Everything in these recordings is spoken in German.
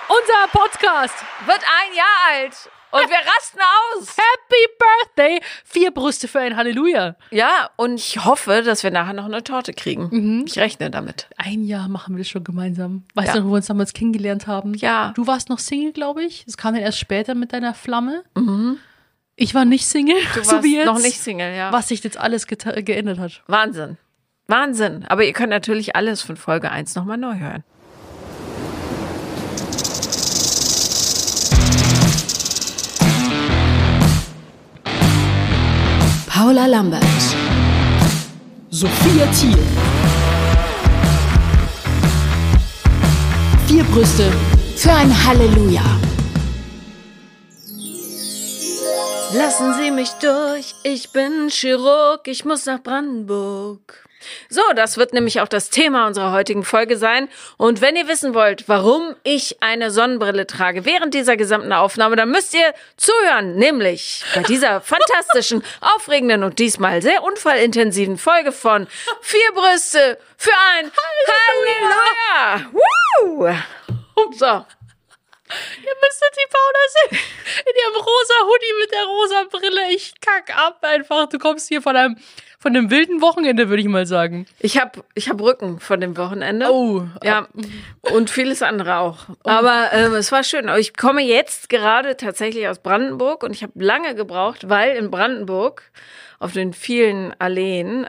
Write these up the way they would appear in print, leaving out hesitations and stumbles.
Unser Podcast wird 1 Jahr alt und wir rasten aus. Happy Birthday! 4 Brüste für ein Halleluja. Ja, und ich hoffe, dass wir nachher noch eine Torte kriegen. Mhm. Ich rechne damit. 1 Jahr machen wir das schon gemeinsam. Weißt Ja. du noch, wo wir uns damals kennengelernt haben? Ja. Du warst noch Single, glaube ich. Das kam dann erst später mit deiner Flamme. Mhm. Ich war nicht Single, Du so warst wie jetzt. noch nicht Single, ja. Was sich jetzt alles geändert hat. Wahnsinn. Wahnsinn. Aber ihr könnt natürlich alles von Folge 1 nochmal neu hören. Paula Lambert, Sophia Thiel. 4 Brüste für ein Halleluja. Lassen Sie mich durch, ich bin Chirurg, ich muss nach Brandenburg. So, das wird nämlich auch das Thema unserer heutigen Folge sein. Und wenn ihr wissen wollt, warum ich eine Sonnenbrille trage während dieser gesamten Aufnahme, dann müsst ihr zuhören, nämlich bei dieser fantastischen, aufregenden und diesmal sehr unfallintensiven Folge von 4 Brüste für ein Halleluja. Woo! So. Ihr müsstet die Paula sehen. In ihrem rosa Hoodie mit der rosa Brille. Ich kack ab einfach. Du kommst hier von einem wilden Wochenende, würde ich mal sagen. Ich hab Rücken von dem Wochenende. Oh. Ja, und vieles andere auch. Aber es war schön. Ich komme jetzt gerade tatsächlich aus Brandenburg und ich habe lange gebraucht, weil in Brandenburg auf den vielen Alleen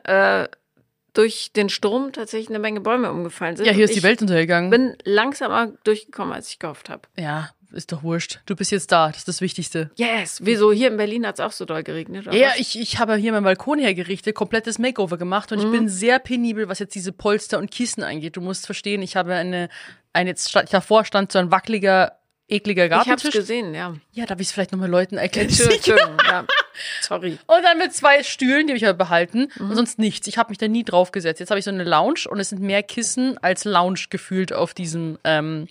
durch den Sturm tatsächlich eine Menge Bäume umgefallen sind. Ja, hier ist Und die Welt untergegangen. Ich bin langsamer durchgekommen, als ich gehofft habe. Ja, ist doch wurscht. Du bist jetzt da, das ist das Wichtigste. Yes. Wieso? Hier in Berlin hat es auch so doll geregnet, oder Ja, was? ich habe hier meinen Balkon hergerichtet, komplettes Makeover gemacht und ich bin sehr penibel, was jetzt diese Polster und Kissen angeht. Du musst verstehen, ich habe davor stand so ein wackeliger, ekliger Ich hab's Gartentisch. gesehen, ja. Ja, darf ich es vielleicht nochmal Leuten erklären? Entschuldigung, ja. Sorry. Und dann mit 2 Stühlen, die habe ich aber behalten und sonst nichts. Ich habe mich da nie drauf gesetzt. Jetzt habe ich so eine Lounge und es sind mehr Kissen als Lounge gefühlt auf diesem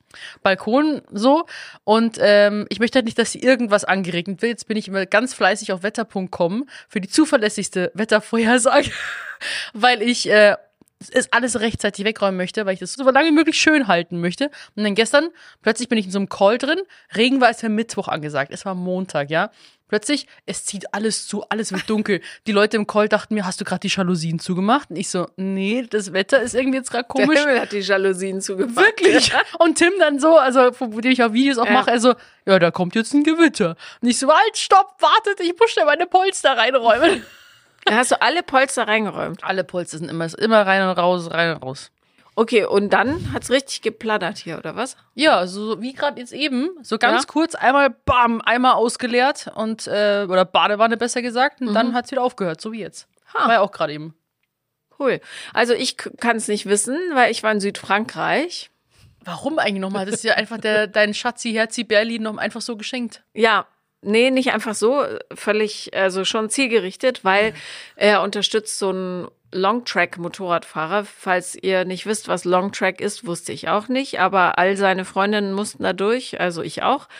Balkon so. Und ich möchte halt nicht, dass irgendwas angeregnet wird. Jetzt bin ich immer ganz fleißig auf wetter.com für die zuverlässigste Wettervorhersage, weil ich es alles rechtzeitig wegräumen möchte, weil ich das so lange wie möglich schön halten möchte. Und dann gestern, plötzlich bin ich in so einem Call drin. Regen war erst für Mittwoch angesagt. Es war Montag, ja. Plötzlich, es zieht alles zu, alles wird dunkel. Die Leute im Call dachten mir, hast du gerade die Jalousien zugemacht? Und ich so, nee, das Wetter ist irgendwie jetzt gerade komisch. Der Himmel hat die Jalousien zugemacht. Wirklich. Und Tim dann so, also von dem ich auch Videos auch mache, er so, ja, da kommt jetzt ein Gewitter. Und ich so, halt, stopp, wartet, ich muss schnell meine Polster reinräumen. Da hast du alle Polster reingeräumt. Alle Polster sind immer rein und raus, rein und raus. Okay, und dann hat's richtig geplattert hier, oder was? Ja, so wie gerade jetzt eben, so ganz kurz, einmal bam, Eimer ausgeleert und oder Badewanne besser gesagt und dann hat's wieder aufgehört, so wie jetzt. War ja auch gerade eben. Cool. Also ich kann es nicht wissen, weil ich war in Südfrankreich. Warum eigentlich nochmal? Das ist ja einfach dein Schatzi, Herzi, Berlin noch einfach so geschenkt. Ja, nee, nicht einfach so, völlig, also schon zielgerichtet, weil er unterstützt so einen Longtrack-Motorradfahrer. Falls ihr nicht wisst, was Longtrack ist, wusste ich auch nicht, aber all seine Freundinnen mussten da durch, also ich auch.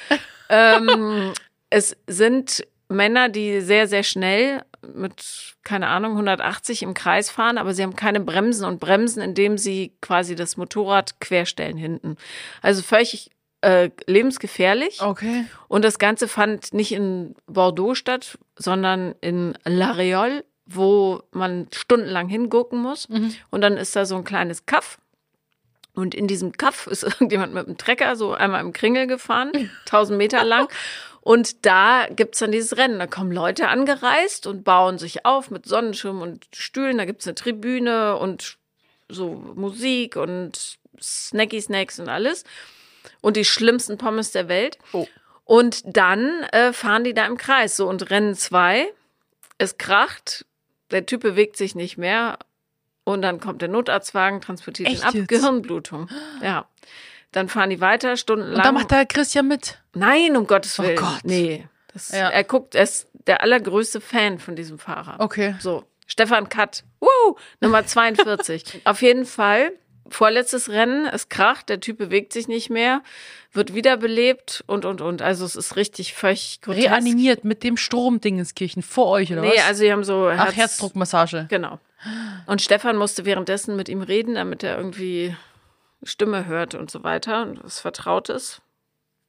Es sind Männer, die sehr, sehr schnell mit, keine Ahnung, 180 im Kreis fahren, aber sie haben keine Bremsen und bremsen, indem sie quasi das Motorrad querstellen hinten. Also völlig lebensgefährlich. Okay. Und das Ganze fand nicht in Bordeaux statt, sondern in La Réole, wo man stundenlang hingucken muss. Und dann ist da so ein kleines Kaff. Und in diesem Kaff ist irgendjemand mit dem Trecker so einmal im Kringel gefahren, 1000 Meter lang. Und da gibt's dann dieses Rennen. Da kommen Leute angereist und bauen sich auf mit Sonnenschirm und Stühlen. Da gibt's eine Tribüne und so Musik und Snacky-Snacks und alles. Und die schlimmsten Pommes der Welt. Oh. Und dann fahren die da im Kreis. So, und Rennen 2, es kracht, der Typ bewegt sich nicht mehr. Und dann kommt der Notarztwagen, transportiert ihn Echt ab. jetzt? Gehirnblutung. Ja. Dann fahren die weiter, stundenlang. Und da macht der Christian mit. Nein, um Gottes Willen. Oh Gott. Nee. Ja. Er ist der allergrößte Fan von diesem Fahrer. Okay. So, Stefan Katt. Nummer 42. Auf jeden Fall, vorletztes Rennen, es kracht, der Typ bewegt sich nicht mehr, wird wiederbelebt und. Also es ist richtig völlig grotesk. Reanimiert mit dem Stromdingenskirchen vor euch, oder was? Nee, also die haben so Herzdruckmassage. Genau. Und Stefan musste währenddessen mit ihm reden, damit er irgendwie Stimme hört und so weiter und was Vertrautes.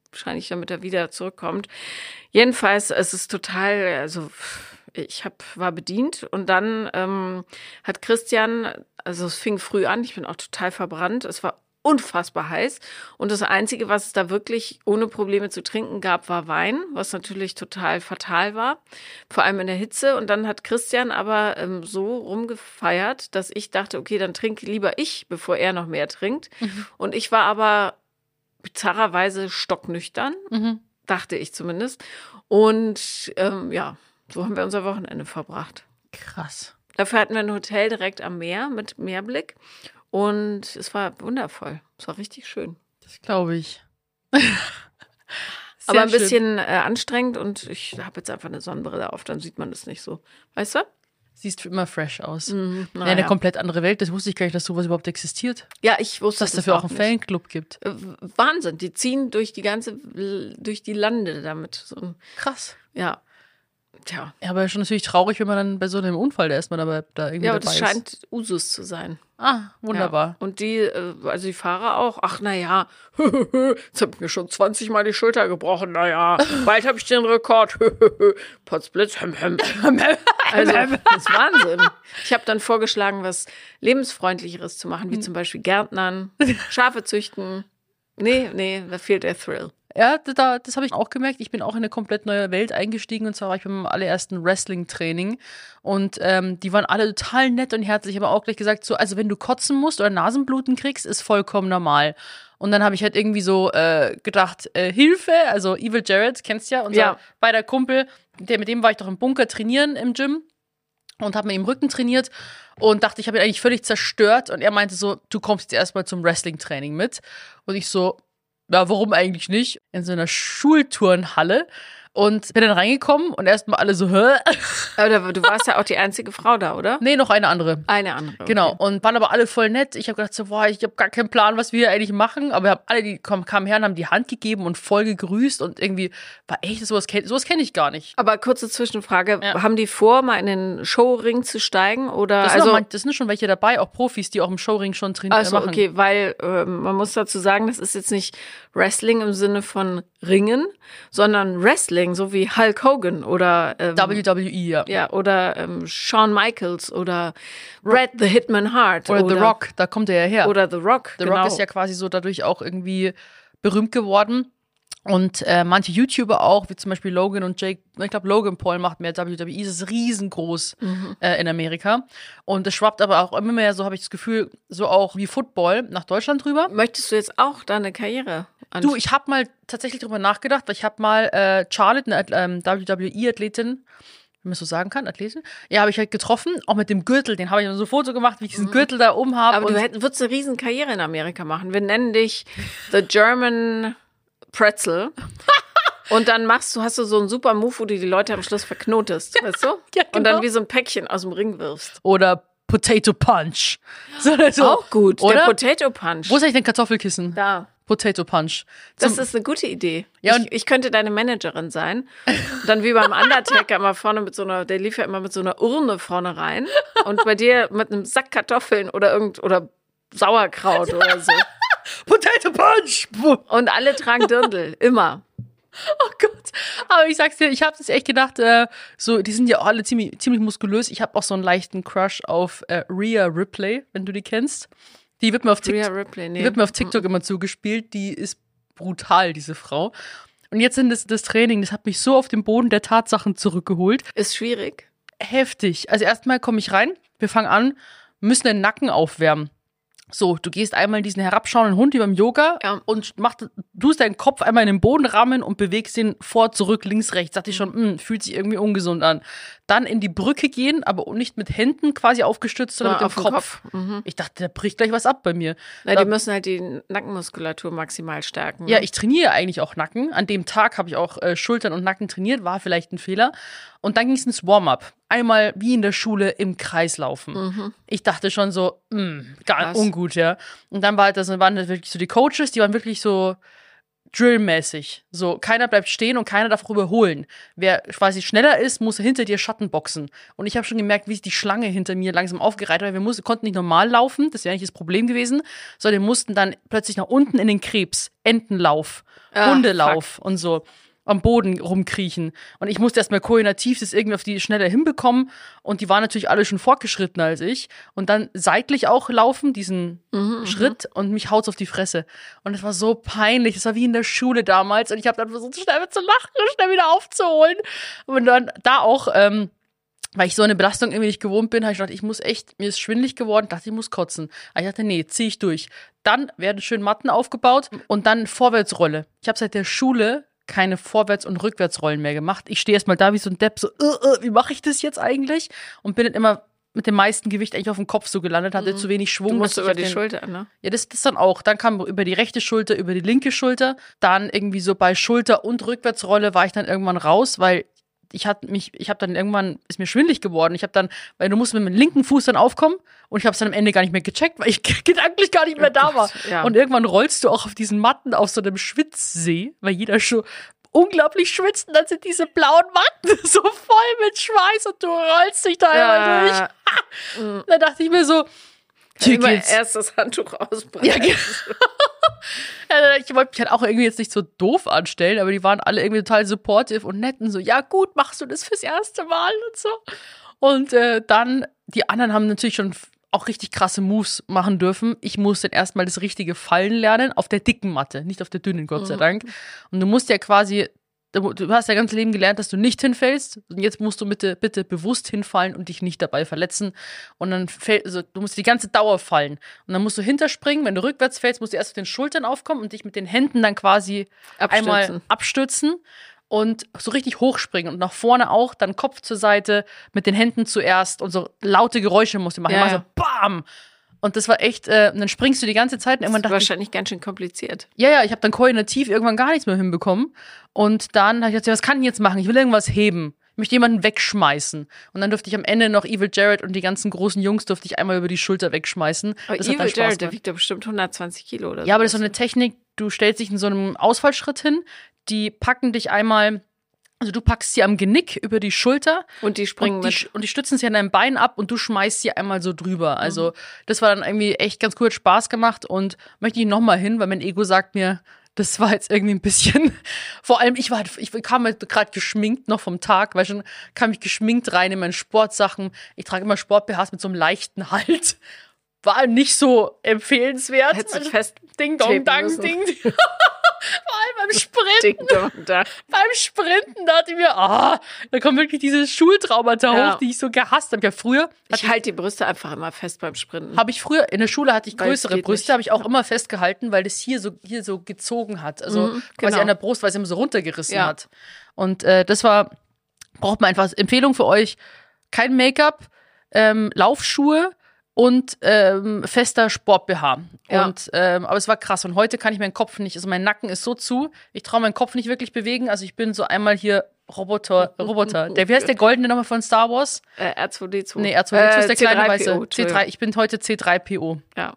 wahrscheinlich damit er wieder zurückkommt. Jedenfalls, es ist total, also war bedient und dann hat Christian, also es fing früh an, ich bin auch total verbrannt, es war unfassbar heiß und das Einzige, was es da wirklich ohne Probleme zu trinken gab, war Wein, was natürlich total fatal war, vor allem in der Hitze. Und dann hat Christian aber so rumgefeiert, dass ich dachte, okay, dann trinke lieber ich, bevor er noch mehr trinkt. Und ich war aber bizarrerweise stocknüchtern, dachte ich zumindest. Und so haben wir unser Wochenende verbracht. Krass. Dafür hatten wir ein Hotel direkt am Meer mit Meerblick. Und es war wundervoll. Es war richtig schön. Das glaube ich. Aber ein bisschen anstrengend und ich habe jetzt einfach eine Sonnenbrille auf, dann sieht man das nicht so. Weißt du? Siehst immer fresh aus. Eine komplett andere Welt. Das wusste ich gar nicht, dass sowas überhaupt existiert. Ja, ich wusste dass es dafür auch einen Fanclub gibt. Wahnsinn. Die ziehen durch die Lande damit. So, krass. Ja. Tja. Ja, aber schon natürlich traurig, wenn man dann bei so einem Unfall da erstmal da irgendwie ja, aber dabei ist. Ja, das scheint Usus zu sein. Ah, wunderbar. Ja. Und die Fahrer auch, ach naja, jetzt habe ich mir schon 20 Mal die Schulter gebrochen, naja, bald habe ich den Rekord, Potzblitz, Also, das ist Wahnsinn. Ich habe dann vorgeschlagen, was lebensfreundlicheres zu machen, wie zum Beispiel Gärtnern, Schafe züchten. Nee, da fehlt der Thrill. Ja, das habe ich auch gemerkt. Ich bin auch in eine komplett neue Welt eingestiegen und zwar war ich beim allerersten Wrestling-Training und die waren alle total nett und herzlich. Ich habe auch gleich gesagt, so, also wenn du kotzen musst oder Nasenbluten kriegst, ist vollkommen normal. Und dann habe ich halt irgendwie so gedacht, Hilfe, also Evil Jared, kennst du ja, unser beider Kumpel, mit dem war ich doch im Bunker trainieren im Gym und habe mit ihm Rücken trainiert und dachte, ich habe ihn eigentlich völlig zerstört und er meinte so, du kommst jetzt erstmal zum Wrestling-Training mit und ich so, ja, warum eigentlich nicht? In so einer Schulturnhalle und bin dann reingekommen und erstmal alle so, hä? Aber du warst ja auch die einzige Frau da, oder? Nee, noch eine andere. Eine andere, okay. Genau, und waren aber alle voll nett. Ich habe gedacht so, boah, ich habe gar keinen Plan, was wir hier eigentlich machen, aber wir haben alle, die kamen her und haben die Hand gegeben und voll gegrüßt und irgendwie war echt, sowas kenn ich gar nicht. Aber kurze Zwischenfrage, haben die vor, mal in den Showring zu steigen oder? Das sind schon welche dabei, auch Profis, die auch im Showring schon trainieren. Also okay, weil man muss dazu sagen, das ist jetzt nicht Wrestling im Sinne von Ringen, sondern Wrestling, so wie Hulk Hogan oder WWE, ja. Ja, oder Shawn Michaels oder Bret the Hitman Hart. Oder The Rock, da kommt er ja her. Oder The Rock, The Rock ist ja quasi so dadurch auch irgendwie berühmt geworden. Und manche YouTuber auch, wie zum Beispiel Logan und Jake, ich glaube Logan Paul macht mehr WWE, das ist riesengroß in Amerika. Und es schwappt aber auch immer mehr, so habe ich das Gefühl, so auch wie Football nach Deutschland rüber. Möchtest du jetzt auch deine Karriere Du, ich habe mal tatsächlich drüber nachgedacht, weil ich habe mal Charlotte, eine WWE-Athletin, wenn man so sagen kann, Athletin, ja, habe ich halt getroffen, auch mit dem Gürtel, den habe ich so ein Foto gemacht, wie ich diesen Gürtel da oben habe. Aber du würdest eine riesen Karriere in Amerika machen. Wir nennen dich The German Pretzel. Und dann hast du so einen super Move, wo du die Leute am Schluss verknotest, weißt du? Ja, genau. Und dann wie so ein Päckchen aus dem Ring wirfst. Oder Potato Punch. So. Auch gut, oder? Der Potato Punch. Wo ist eigentlich dein Kartoffelkissen? Da. Potato Punch. Das ist eine gute Idee. Ja, ich könnte deine Managerin sein. Und dann wie beim Undertaker immer vorne der lief ja immer mit so einer Urne vorne rein. Und bei dir mit einem Sack Kartoffeln oder Sauerkraut oder so. Potato Punch! Und alle tragen Dirndl, immer. Oh Gott. Aber ich sag's dir, ich habe das echt gedacht, die sind ja auch alle ziemlich muskulös. Ich habe auch so einen leichten Crush auf Rhea Ripley, wenn du die kennst. Die wird mir auf TikTok immer zugespielt. Die ist brutal, diese Frau. Und jetzt sind das Training, das hat mich so auf den Boden der Tatsachen zurückgeholt. Ist schwierig. Heftig. Also erstmal komme ich rein, wir fangen an, müssen den Nacken aufwärmen. So, du gehst einmal in diesen herabschauenden Hund wie beim Yoga und tust deinen Kopf einmal in den Boden rammen und bewegst ihn vor, zurück, links, rechts. Dachte ich schon, fühlt sich irgendwie ungesund an. Dann in die Brücke gehen, aber nicht mit Händen quasi aufgestützt, sondern mit dem Kopf. Ich dachte, da bricht gleich was ab bei mir. Die müssen halt die Nackenmuskulatur maximal stärken. Ne? Ja, ich trainiere eigentlich auch Nacken. An dem Tag habe ich auch Schultern und Nacken trainiert, war vielleicht ein Fehler. Und dann ging es ins Warm-up. Einmal wie in der Schule im Kreis laufen. Ich dachte schon so, gar ungut, ja. Und dann waren das wirklich so die Coaches, die waren wirklich so, Drill-mäßig. So, keiner bleibt stehen und keiner darf überholen. Wer quasi schneller ist, muss hinter dir Schatten boxen. Und ich habe schon gemerkt, wie sich die Schlange hinter mir langsam aufgereiht hat. Wir konnten nicht normal laufen, das wäre nicht das Problem gewesen, sondern wir mussten dann plötzlich nach unten in den Krebs, Entenlauf, Hundelauf und so am Boden rumkriechen. Und ich musste erstmal koordinativ das irgendwie auf die Schnelle hinbekommen. Und die waren natürlich alle schon fortgeschrittener als ich. Und dann seitlich auch laufen, diesen Schritt, und mich haut's auf die Fresse. Und es war so peinlich. Es war wie in der Schule damals. Und ich habe dann versucht, schnell zu lachen und schnell wieder aufzuholen. Und dann da auch, weil ich so eine Belastung irgendwie nicht gewohnt bin, habe ich gedacht, mir ist schwindelig geworden, dachte, ich muss kotzen. Aber ich dachte, nee, zieh ich durch. Dann werden schön Matten aufgebaut und dann Vorwärtsrolle. Ich habe seit der Schule keine Vorwärts- und Rückwärtsrollen mehr gemacht. Ich stehe erstmal da wie so ein Depp, so, wie mache ich das jetzt eigentlich? Und bin dann immer mit dem meisten Gewicht eigentlich auf dem Kopf so gelandet, hatte zu wenig Schwung. Du musst über die Schulter, ne? Ja, das dann auch. Dann kam über die rechte Schulter, über die linke Schulter. Dann irgendwie so bei Schulter- und Rückwärtsrolle war ich dann irgendwann raus, weil ist mir schwindelig geworden. Weil du musst mit dem linken Fuß dann aufkommen und ich habe es dann am Ende gar nicht mehr gecheckt, weil ich gedanklich gar nicht mehr da war. Ja. Und irgendwann rollst du auch auf diesen Matten auf so einem Schwitzsee, weil jeder schon unglaublich schwitzt und dann sind diese blauen Matten so voll mit Schweiß und du rollst dich da immer durch. Da dachte ich mir so, immer erst das Handtuch ausbrechen. Ja, ich wollte mich halt auch irgendwie jetzt nicht so doof anstellen, aber die waren alle irgendwie total supportive und nett und so, ja gut, machst du das fürs erste Mal und so. Und dann, die anderen haben natürlich schon auch richtig krasse Moves machen dürfen. Ich musste dann erstmal das richtige Fallen lernen, auf der dicken Matte, nicht auf der dünnen, Gott sei Dank. Und du musst ja quasi, du hast ja ganzes Leben gelernt, dass du nicht hinfällst. Und jetzt musst du bitte bewusst hinfallen und dich nicht dabei verletzen. Und dann du musst die ganze Dauer fallen. Und dann musst du hinterspringen. Wenn du rückwärts fällst, musst du erst auf den Schultern aufkommen und dich mit den Händen dann quasi einmal abstützen und so richtig hochspringen. Und nach vorne auch, dann Kopf zur Seite, mit den Händen zuerst und so laute Geräusche musst du machen. Ja. So BAM! Und das war echt, dann springst du die ganze Zeit und irgendwann dachte ich. Das ist wahrscheinlich ganz schön kompliziert. Ja, ich habe dann koordinativ irgendwann gar nichts mehr hinbekommen. Und dann habe ich gesagt, was kann ich jetzt machen? Ich will irgendwas heben. Ich möchte jemanden wegschmeißen. Und dann durfte ich am Ende noch Evil Jared und die ganzen großen Jungs durfte ich einmal über die Schulter wegschmeißen. Aber Evil Jared, der wiegt ja bestimmt 120 Kilo oder so. Ja, aber das ist so eine Technik, du stellst dich in so einem Ausfallschritt hin, die packen dich einmal. Also du packst sie am Genick über die Schulter und die springen und die stützen sie an deinem Bein ab und du schmeißt sie einmal so drüber. Also das war dann irgendwie echt ganz cool, hat Spaß gemacht und möchte ich nochmal hin, weil mein Ego sagt mir, das war jetzt irgendwie ein bisschen, vor allem ich kam halt gerade geschminkt noch vom Tag, weil schon kam ich geschminkt rein in meine Sportsachen. Ich trage immer Sport-BHs mit so einem leichten Halt. War nicht so empfehlenswert. Hättest du fest Ding Dong Dang Ding. Vor allem beim Sprinten. Beim Sprinten dachte ich mir, da kommen wirklich diese Schultraumata hoch, die ich so gehasst habe. Ja, früher. Ich halte die Brüste einfach immer fest beim Sprinten. Habe ich früher, in der Schule hatte ich größere Brüste, habe ich auch immer festgehalten, weil das hier so gezogen hat. Also quasi an der Brust, weil es immer so runtergerissen hat. Und braucht man einfach, Empfehlung für euch, kein Make-up, Laufschuhe, und fester Sport-BH. Ja. Aber es war krass. Und heute kann ich meinen Kopf nicht, also mein Nacken ist so zu, ich traue meinen Kopf nicht wirklich bewegen. Also ich bin so einmal hier Roboter. Wie heißt der Goldene nochmal von Star Wars? R2D2. Nee, R2D2 ist der kleine weiße. C3. Ich bin heute C3PO. Ja.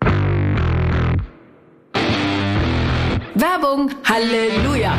Werbung. Halleluja.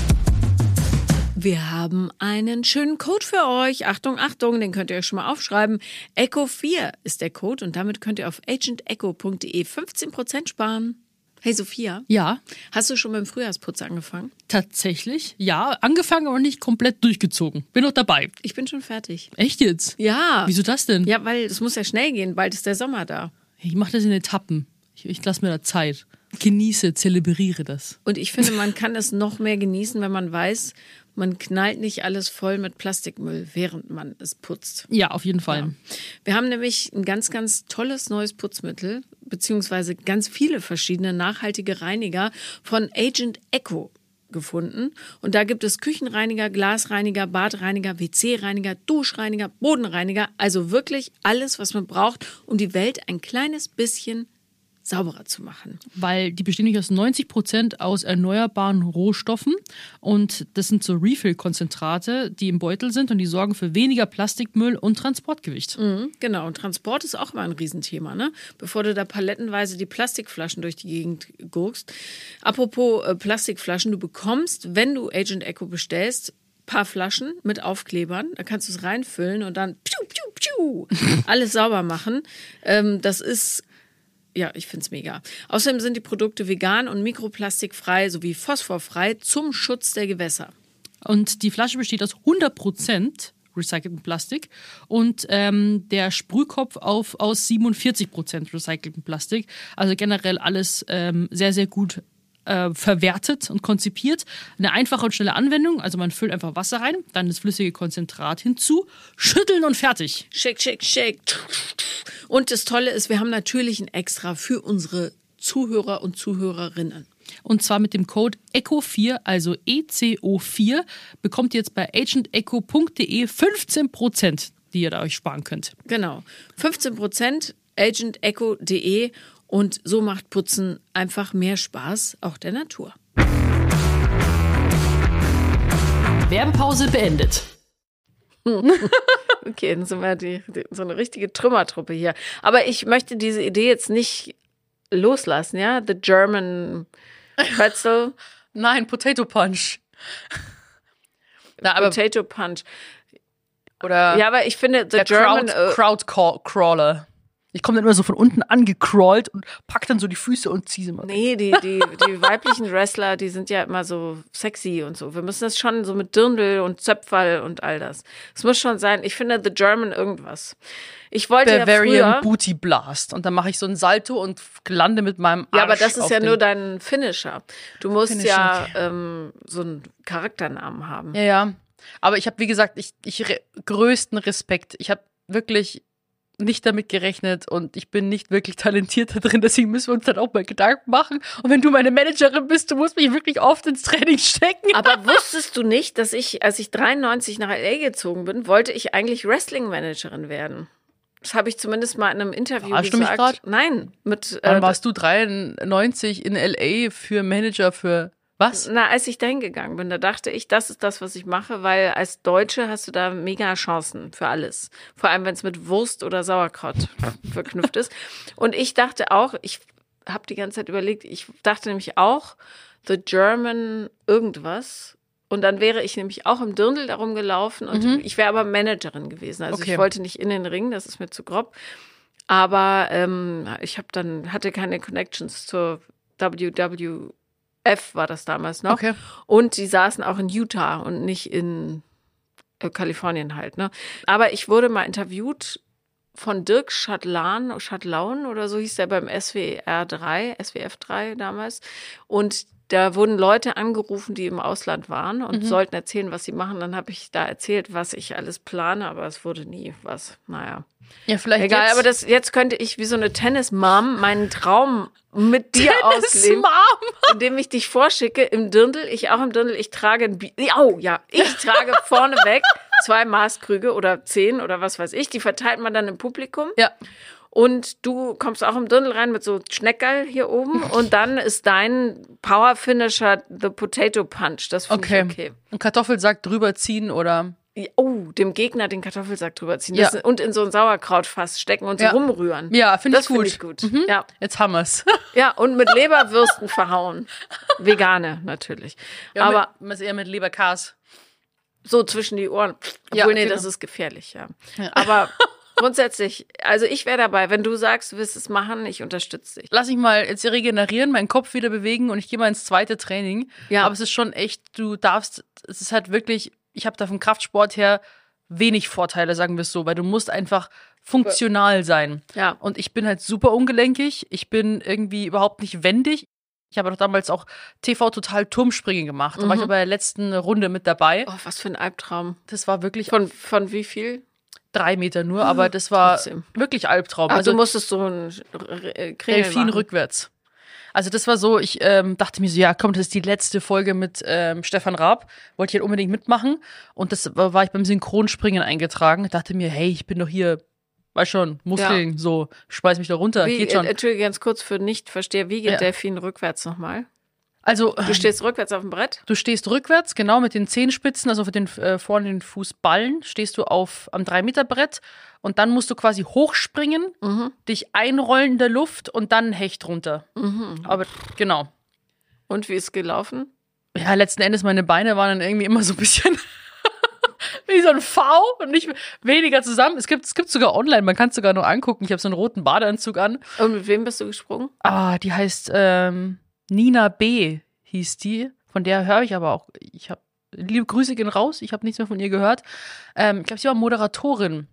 Wir haben einen schönen Code für euch. Achtung, Achtung, den könnt ihr euch schon mal aufschreiben. Echo4 ist der Code und damit könnt ihr auf agentecho.de 15% sparen. Hey Sophia. Ja. Hast du schon beim Frühjahrsputz angefangen? Tatsächlich, ja. Angefangen, aber nicht komplett durchgezogen. Bin noch dabei. Ich bin schon fertig. Echt jetzt? Ja. Wieso das denn? Ja, weil es muss ja schnell gehen. Bald ist der Sommer da. Ich mache das in Etappen. Ich lasse mir da Zeit. Genieße, zelebriere das. Und ich finde, man kann es noch mehr genießen, wenn man weiß, man knallt nicht alles voll mit Plastikmüll, während man es putzt. Ja, auf jeden Fall. Ja. Wir haben nämlich ein ganz, ganz tolles neues Putzmittel, beziehungsweise ganz viele verschiedene nachhaltige Reiniger von Agent Echo gefunden. Und da gibt es Küchenreiniger, Glasreiniger, Badreiniger, WC-Reiniger, Duschreiniger, Bodenreiniger. Also wirklich alles, was man braucht, um die Welt ein kleines bisschen sauberer zu machen. Weil die bestehen nicht aus 90% aus erneuerbaren Rohstoffen und das sind so Refill-Konzentrate, die im Beutel sind und die sorgen für weniger Plastikmüll und Transportgewicht. Genau, und Transport ist auch immer ein Riesenthema, ne? Bevor du da palettenweise die Plastikflaschen durch die Gegend gurkst. Apropos Plastikflaschen, du bekommst, wenn du Agent Echo bestellst, paar Flaschen mit Aufklebern, da kannst du es reinfüllen und dann piu, piu, piu, alles sauber machen. Das ist... Ja, ich find's mega. Außerdem sind die Produkte vegan und mikroplastikfrei sowie phosphorfrei zum Schutz der Gewässer. Und die Flasche besteht aus 100% recyceltem Plastik und der Sprühkopf aus 47% recyceltem Plastik. Also generell alles sehr, sehr gut verwertet und konzipiert. Eine einfache und schnelle Anwendung, also man füllt einfach Wasser rein, dann das flüssige Konzentrat hinzu, schütteln und fertig. Shake, shake, shake. Und das Tolle ist, wir haben natürlich ein Extra für unsere Zuhörer und Zuhörerinnen. Und zwar mit dem Code ECHO4, also ECO4, bekommt ihr jetzt bei agentecho.de 15%, die ihr da euch sparen könnt. Genau, 15% agentecho.de und so macht Putzen einfach mehr Spaß, auch der Natur. Werbepause beendet. Okay, dann sind wir so eine richtige Trümmertruppe hier. Aber ich möchte diese Idee jetzt nicht loslassen, ja? The German Pretzel. Nein, Potato Punch. Potato Punch. Oder ja, aber ich finde, The German Crowdcrawler. Ich komme dann immer so von unten angecrawlt und pack dann so die Füße und ziehe sie mal. Nee, die weiblichen Wrestler, die sind ja immer so sexy und so. Wir müssen das schon so mit Dirndl und Zöpferl und all das. Es muss schon sein. Ich finde The German irgendwas. Ich wollte Bavarian ja früher Booty Blast. Und dann mache ich so ein Salto und lande mit meinem Arsch. Ja, aber das ist auf ja den nur dein Finisher. Du musst Finisher, ja so einen Charakternamen haben. Ja, ja. Aber ich habe, wie gesagt, größten Respekt. Ich habe wirklich nicht damit gerechnet und ich bin nicht wirklich talentiert da drin, deswegen müssen wir uns dann auch mal Gedanken machen. Und wenn du meine Managerin bist, du musst mich wirklich oft ins Training stecken. Aber wusstest du nicht, dass als ich 93 nach LA gezogen bin, wollte ich eigentlich Wrestling-Managerin werden? Das habe ich zumindest mal in einem Interview Verarschst du mich gesagt. grad? Nein. Wann warst du 93 in LA für Manager für was? Na, als ich dahin gegangen bin, da dachte ich, das ist das, was ich mache, weil als Deutsche hast du da mega Chancen für alles. Vor allem, wenn es mit Wurst oder Sauerkraut verknüpft ist. Und ich dachte auch, ich habe die ganze Zeit überlegt, ich dachte nämlich auch, The German irgendwas. Und dann wäre ich nämlich auch im Dirndl darum gelaufen und ich wäre aber Managerin gewesen. Also ich wollte nicht in den Ring, das ist mir zu grob. Aber ich hatte keine Connections zur WWF war das damals noch. Okay. Und die saßen auch in Utah und nicht in Kalifornien halt. Ne? Aber ich wurde mal interviewt von Dirk Schatlaun oder so hieß der beim SWF 3 damals. Und da wurden Leute angerufen, die im Ausland waren und sollten erzählen, was sie machen. Dann habe ich da erzählt, was ich alles plane, aber es wurde nie was. Naja. Ja, vielleicht egal, aber jetzt könnte ich wie so eine Tennis-Mom meinen Traum mit dir ausleben, indem ich dich vorschicke im Dirndl, ich auch im Dirndl, ich trage ich trage vorneweg 2 Maßkrüge oder 10 oder was weiß ich, die verteilt man dann im Publikum. Ja. Und du kommst auch im Dirndl rein mit so Schneckerl hier oben und dann ist dein Power-Finisher the Potato Punch. Das finde ich okay. Und Kartoffelsack drüber ziehen oder? Oh, dem Gegner den Kartoffelsack drüber ziehen und in so ein Sauerkrautfass stecken und so rumrühren. Ja, finde ich gut. Das finde ich gut. Ja. Jetzt haben wir's. Ja, und mit Leberwürsten verhauen. Vegane natürlich. Ja, aber eher mit Leberkas. So zwischen die Ohren. Obwohl, das ist gefährlich, ja. Aber grundsätzlich, also ich wäre dabei, wenn du sagst, du willst es machen, ich unterstütze dich. Lass mich mal jetzt regenerieren, meinen Kopf wieder bewegen und ich gehe mal ins zweite Training. Ja. Aber es ist schon echt, es ist halt wirklich, ich habe da vom Kraftsport her wenig Vorteile, sagen wir es so, weil du musst einfach funktional sein. Ja. Und ich bin halt super ungelenkig, ich bin irgendwie überhaupt nicht wendig. Ich habe doch damals auch TV Total Turmspringen gemacht. Da war ich aber bei der letzten Runde mit dabei. Oh, was für ein Albtraum. Das war wirklich... Von wie viel? 3 Meter nur, aber das war wirklich Albtraum. Also du musstest so ein Delfin rückwärts. Also das war so, ich dachte mir so, ja komm, das ist die letzte Folge mit Stefan Raab. Wollte ich halt unbedingt mitmachen. Und das war ich beim Synchronspringen eingetragen. Ich dachte mir, hey, ich bin doch hier weiß schon, Muskeln, so, schmeiß mich da runter, geht schon. Entschuldige, ganz kurz für Nicht-Versteher, wie geht Delfin rückwärts nochmal? Also, du stehst rückwärts auf dem Brett? Du stehst rückwärts, genau, mit den Zehenspitzen, also mit den vorne den Fußballen, stehst du am 3-Meter-Brett und dann musst du quasi hochspringen, dich einrollen in der Luft und dann ein Hecht runter. Aber, genau. Und wie ist es gelaufen? Ja, letzten Endes, meine Beine waren dann irgendwie immer so ein bisschen wie so ein V und nicht weniger zusammen. Es gibt sogar online, man kann es sogar noch angucken. Ich habe so einen roten Badeanzug an. Und mit wem bist du gesprungen? Die heißt Nina B. hieß die. Von der höre ich aber auch. Liebe Grüße gehen raus. Ich habe nichts mehr von ihr gehört. Ich glaube, sie war Moderatorin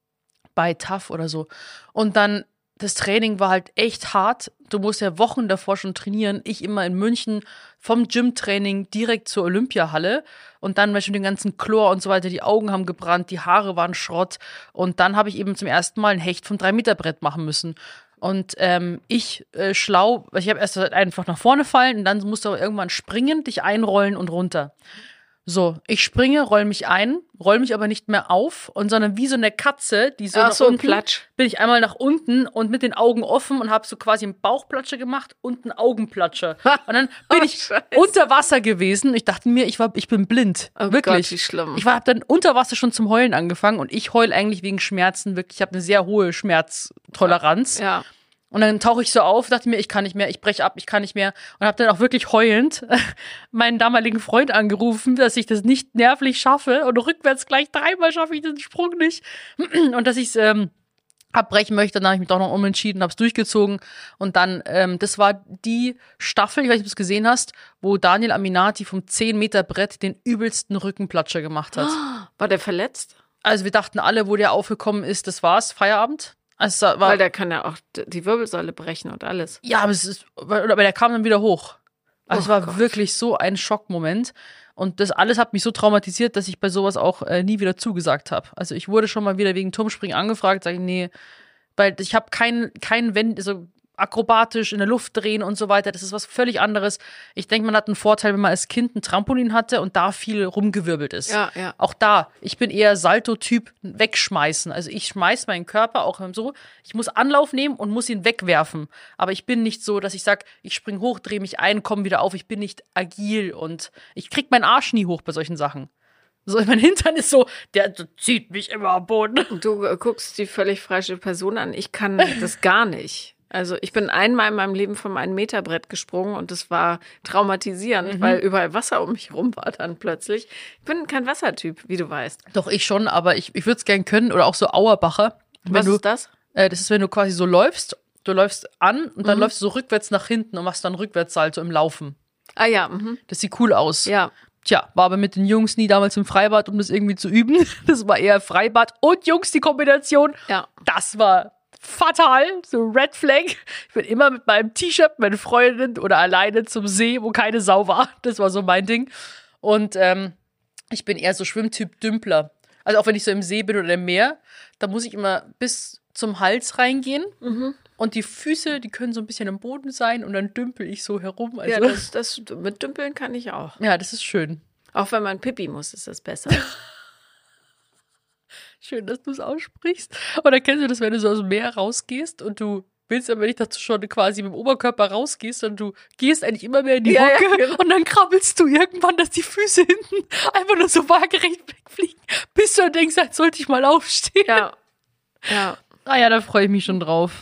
bei TAF oder so. Und dann, das Training war halt echt hart. Du musst ja Wochen davor schon trainieren. Ich immer in München vom Gym-Training direkt zur Olympiahalle. Und dann war schon den ganzen Chlor und so weiter. Die Augen haben gebrannt, die Haare waren Schrott. Und dann habe ich eben zum ersten Mal ein Hecht vom 3-Meter-Brett machen müssen. Und ich habe erst einfach nach vorne fallen und dann musst du irgendwann springen, dich einrollen und runter. So, ich springe, roll mich ein, roll mich aber nicht mehr auf, sondern wie so eine Katze, die so nach unten, Platsch. Bin ich einmal nach unten und mit den Augen offen und habe so quasi einen Bauchplatscher gemacht und einen Augenplatscher. Und dann bin ich unter Wasser gewesen. Ich dachte mir, ich bin blind. Oh wirklich. Gott, wie schlimm. Ich habe dann unter Wasser schon zum Heulen angefangen und ich heule eigentlich wegen Schmerzen. Wirklich, ich habe eine sehr hohe Schmerztoleranz. Ja. Und dann tauche ich so auf, dachte mir, ich kann nicht mehr, ich breche ab, ich kann nicht mehr. Und habe dann auch wirklich heulend meinen damaligen Freund angerufen, dass ich das nicht nervlich schaffe. Und rückwärts gleich 3-mal schaffe ich den Sprung nicht. Und dass ich es abbrechen möchte. Dann habe ich mich doch noch umentschieden, habe es durchgezogen. Und dann, das war die Staffel, ich weiß nicht, ob du es gesehen hast, wo Daniel Aminati vom 10-Meter-Brett den übelsten Rückenplatscher gemacht hat. War der verletzt? Also wir dachten alle, wo der aufgekommen ist, das war's, Feierabend. Also weil der kann ja auch die Wirbelsäule brechen und alles. Ja, aber der kam dann wieder hoch. Also es war Gott. wirklich so ein Schockmoment. Und das alles hat mich so traumatisiert, dass ich bei sowas auch nie wieder zugesagt habe. Also ich wurde schon mal wieder wegen Turmspringen angefragt, sage ich, nee, weil ich habe kein also akrobatisch in der Luft drehen und so weiter, das ist was völlig anderes. Ich denke, man hat einen Vorteil, wenn man als Kind ein Trampolin hatte und da viel rumgewirbelt ist. Ja, ja. Auch da, ich bin eher Salto-Typ wegschmeißen. Also ich schmeiß meinen Körper auch so, ich muss Anlauf nehmen und muss ihn wegwerfen. Aber ich bin nicht so, dass ich sage, ich spring hoch, drehe mich ein, komme wieder auf. Ich bin nicht agil und ich krieg meinen Arsch nie hoch bei solchen Sachen. So, mein Hintern ist so, der zieht mich immer am Boden. Du guckst die völlig falsche Person an. Ich kann das gar nicht. Also ich bin einmal in meinem Leben vom 1-Meter-Brett gesprungen und das war traumatisierend, weil überall Wasser um mich rum war dann plötzlich. Ich bin kein Wassertyp, wie du weißt. Doch, ich schon, aber ich würde es gern können. Oder auch so Auerbacher. Was ist das? Das ist, wenn du quasi so läufst, du läufst an und dann läufst du so rückwärts nach hinten und machst dann Rückwärtssalto im Laufen. Ah ja. Das sieht cool aus. Ja. Tja, war aber mit den Jungs nie damals im Freibad, um das irgendwie zu üben. Das war eher Freibad und Jungs die Kombination. Ja. Das war fatal, so Red Flag. Ich bin immer mit meinem T-Shirt, meine Freundin oder alleine zum See, wo keine Sau war. Das war so mein Ding. Und ich bin eher so Schwimmtyp Dümpler. Also auch wenn ich so im See bin oder im Meer, da muss ich immer bis zum Hals reingehen. Und die Füße, die können so ein bisschen am Boden sein und dann dümpel ich so herum. Also, ja, das mit Dümpeln kann ich auch. Ja, das ist schön. Auch wenn man Pipi muss, ist das besser. Schön, dass du es aussprichst. Oder kennst du das, wenn du so aus dem Meer rausgehst und du willst aber nicht, dass du schon quasi mit dem Oberkörper rausgehst, sondern du gehst eigentlich immer mehr in die Hocke genau. und dann krabbelst du irgendwann, dass die Füße hinten einfach nur so waagerecht wegfliegen, bis du dann denkst, jetzt sollte ich mal aufstehen. Ja. Ah ja, da freue ich mich schon drauf.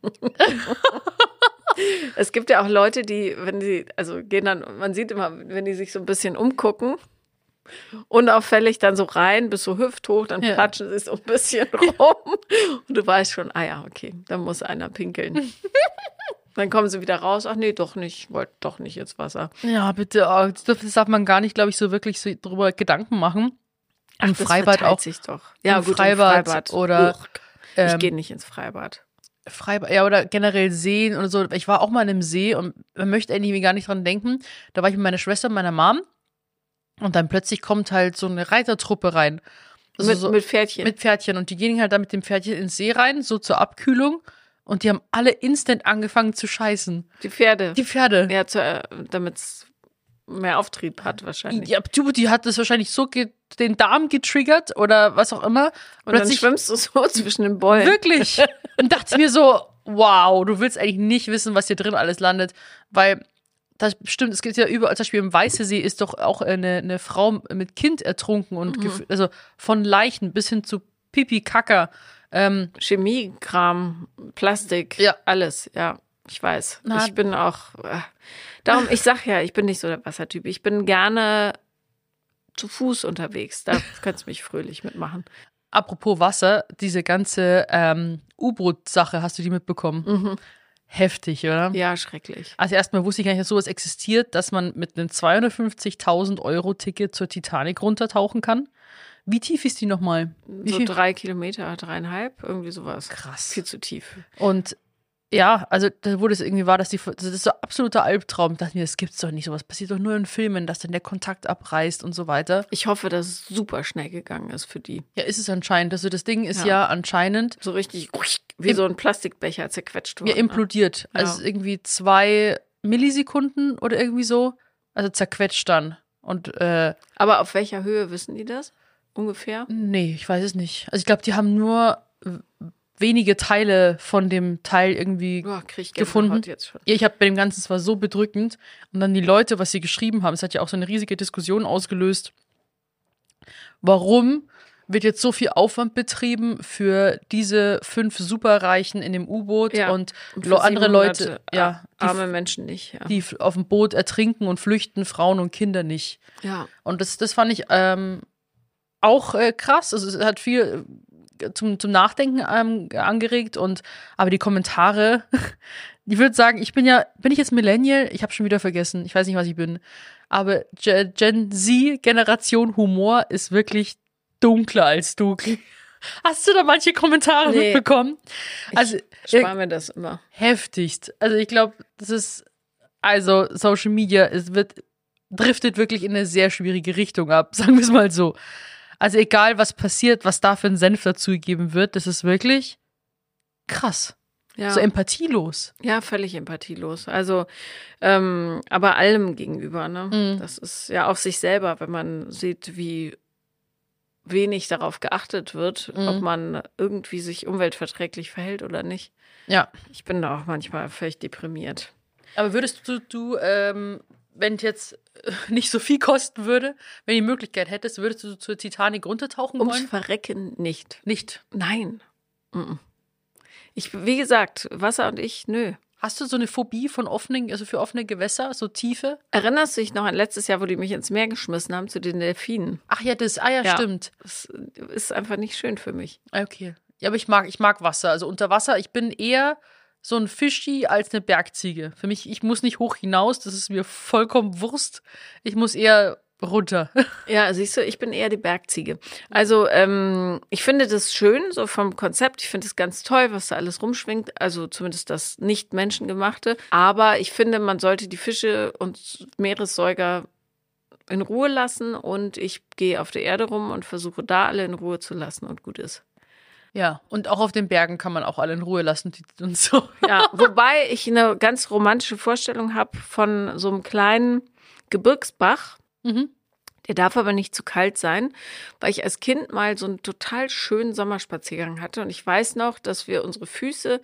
Es gibt ja auch Leute, die, wenn sie, also gehen dann, man sieht immer, wenn die sich so ein bisschen umgucken, unauffällig dann so rein, bis so hüfthoch, dann platschen sie so ein bisschen rum und du weißt schon, ah ja, okay, da muss einer pinkeln. Dann kommen sie wieder raus, ach nee, doch nicht, ich wollte doch nicht ins Wasser. Ja, bitte, oh, das darf man gar nicht, glaube ich, so wirklich so drüber Gedanken machen. Im Freibad auch. Sich doch. Ja, im gut, Freibad im Freibad. Oder ich gehe nicht ins Freibad. Freibad, ja, oder generell Seen oder so. Ich war auch mal in einem See und man möchte irgendwie gar nicht dran denken. Da war ich mit meiner Schwester und meiner Mom und dann plötzlich kommt halt so eine Reitertruppe rein. Also mit Pferdchen? Mit Pferdchen und die gehen halt dann mit dem Pferdchen ins See rein, so zur Abkühlung und die haben alle instant angefangen zu scheißen. Die Pferde? Die Pferde. Ja, damit es mehr Auftrieb hat wahrscheinlich. Ja, die hat das wahrscheinlich so den Darm getriggert oder was auch immer. Und dann schwimmst du so zwischen den Bäumen. Wirklich. Und dachte mir so, wow, du willst eigentlich nicht wissen, was hier drin alles landet. Weil, das stimmt, es gibt ja überall, zum Beispiel im Weißensee ist doch auch eine Frau mit Kind ertrunken und also von Leichen bis hin zu Pipi, Kacker. Chemiekram, Plastik, Ja. alles, ja. Ich weiß. Na, ich bin auch, darum, ich sag ja, ich bin nicht so der Wassertyp. Ich bin gerne zu Fuß unterwegs. Da kannst du mich fröhlich mitmachen. Apropos Wasser, diese ganze U-Boot-Sache, hast du die mitbekommen? Heftig, oder? Ja, schrecklich. Also erstmal wusste ich gar nicht, dass sowas existiert, dass man mit einem 250.000 € Ticket zur Titanic runtertauchen kann. Wie tief ist die nochmal? So 3 Kilometer, 3,5, irgendwie sowas. Krass. Viel zu tief. Und ja, also wo das irgendwie war, das ist so absoluter Albtraum. Ich dachte mir, das gibt's doch nicht, sowas passiert doch nur in Filmen, dass dann der Kontakt abreißt und so weiter. Ich hoffe, dass es super schnell gegangen ist für die. Ja, ist es anscheinend. Also das Ding ist ja anscheinend So richtig wie so ein Plastikbecher zerquetscht worden. ja, implodiert. Ja. Also irgendwie 2 Millisekunden oder irgendwie so. Also zerquetscht dann. Und Aber auf welcher Höhe wissen die das? Ungefähr? nee, ich weiß es nicht. Also ich glaube, die haben nur wenige Teile von dem Teil irgendwie Krieg ich gefunden. Gänsehaut jetzt schon. Ja, ich habe bei dem Ganzen, es war so bedrückend. Und dann die Leute, was sie geschrieben haben, es hat ja auch so eine riesige Diskussion ausgelöst. Warum wird jetzt so viel Aufwand betrieben für diese 5 Superreichen in dem U-Boot Ja, und für andere 700 Leute, arme Menschen nicht. Ja. die auf dem Boot ertrinken und flüchten, Frauen und Kinder nicht. Ja. Und das fand ich auch krass. Also es hat viel zum Nachdenken angeregt aber die Kommentare, ich würde sagen, bin ich jetzt Millennial? Ich habe schon wieder vergessen. Ich weiß nicht, was ich bin. Aber Gen Z-Generation Humor ist wirklich dunkler als du. Hast du da manche Kommentare mitbekommen? Also Ich spare mir das immer. heftigst. Also ich glaube, Social Media, driftet wirklich in eine sehr schwierige Richtung ab, sagen wir es mal so. Also egal, was passiert, was da für ein Senf dazugegeben wird, das ist wirklich krass. Ja. So empathielos. Ja, völlig empathielos. Also, aber allem gegenüber, ne? Das ist ja auch sich selber, wenn man sieht, wie wenig darauf geachtet wird, ob man irgendwie sich umweltverträglich verhält oder nicht. Ja. Ich bin da auch manchmal völlig deprimiert. Aber würdest du wenn es jetzt nicht so viel kosten würde, wenn du die Möglichkeit hättest, würdest du zur Titanic runtertauchen Ums wollen? Verrecken nicht. Nicht. Nein. Wie gesagt, Wasser und ich, nö. Hast du so eine Phobie für offene Gewässer, so Tiefe? Erinnerst du dich noch an letztes Jahr, wo die mich ins Meer geschmissen haben zu den Delfinen? Ach ja, stimmt. Das ist einfach nicht schön für mich. Okay. Ja, aber ich mag Wasser. Also unter Wasser, ich bin eher so ein Fischi als eine Bergziege. Für mich, ich muss nicht hoch hinaus, das ist mir vollkommen Wurst. Ich muss eher runter. Ja, siehst du, ich bin eher die Bergziege. Also ich finde das schön, so vom Konzept. Ich finde es ganz toll, was da alles rumschwingt. Also zumindest das nicht menschengemachte. Aber ich finde, man sollte die Fische und Meeressäuger in Ruhe lassen. Und ich gehe auf der Erde rum und versuche da alle in Ruhe zu lassen und gut ist. Ja, und auch auf den Bergen kann man auch alle in Ruhe lassen und so. Ja, wobei ich eine ganz romantische Vorstellung habe von so einem kleinen Gebirgsbach. Der darf aber nicht zu kalt sein, weil ich als Kind mal so einen total schönen Sommerspaziergang hatte. Und ich weiß noch, dass wir unsere Füße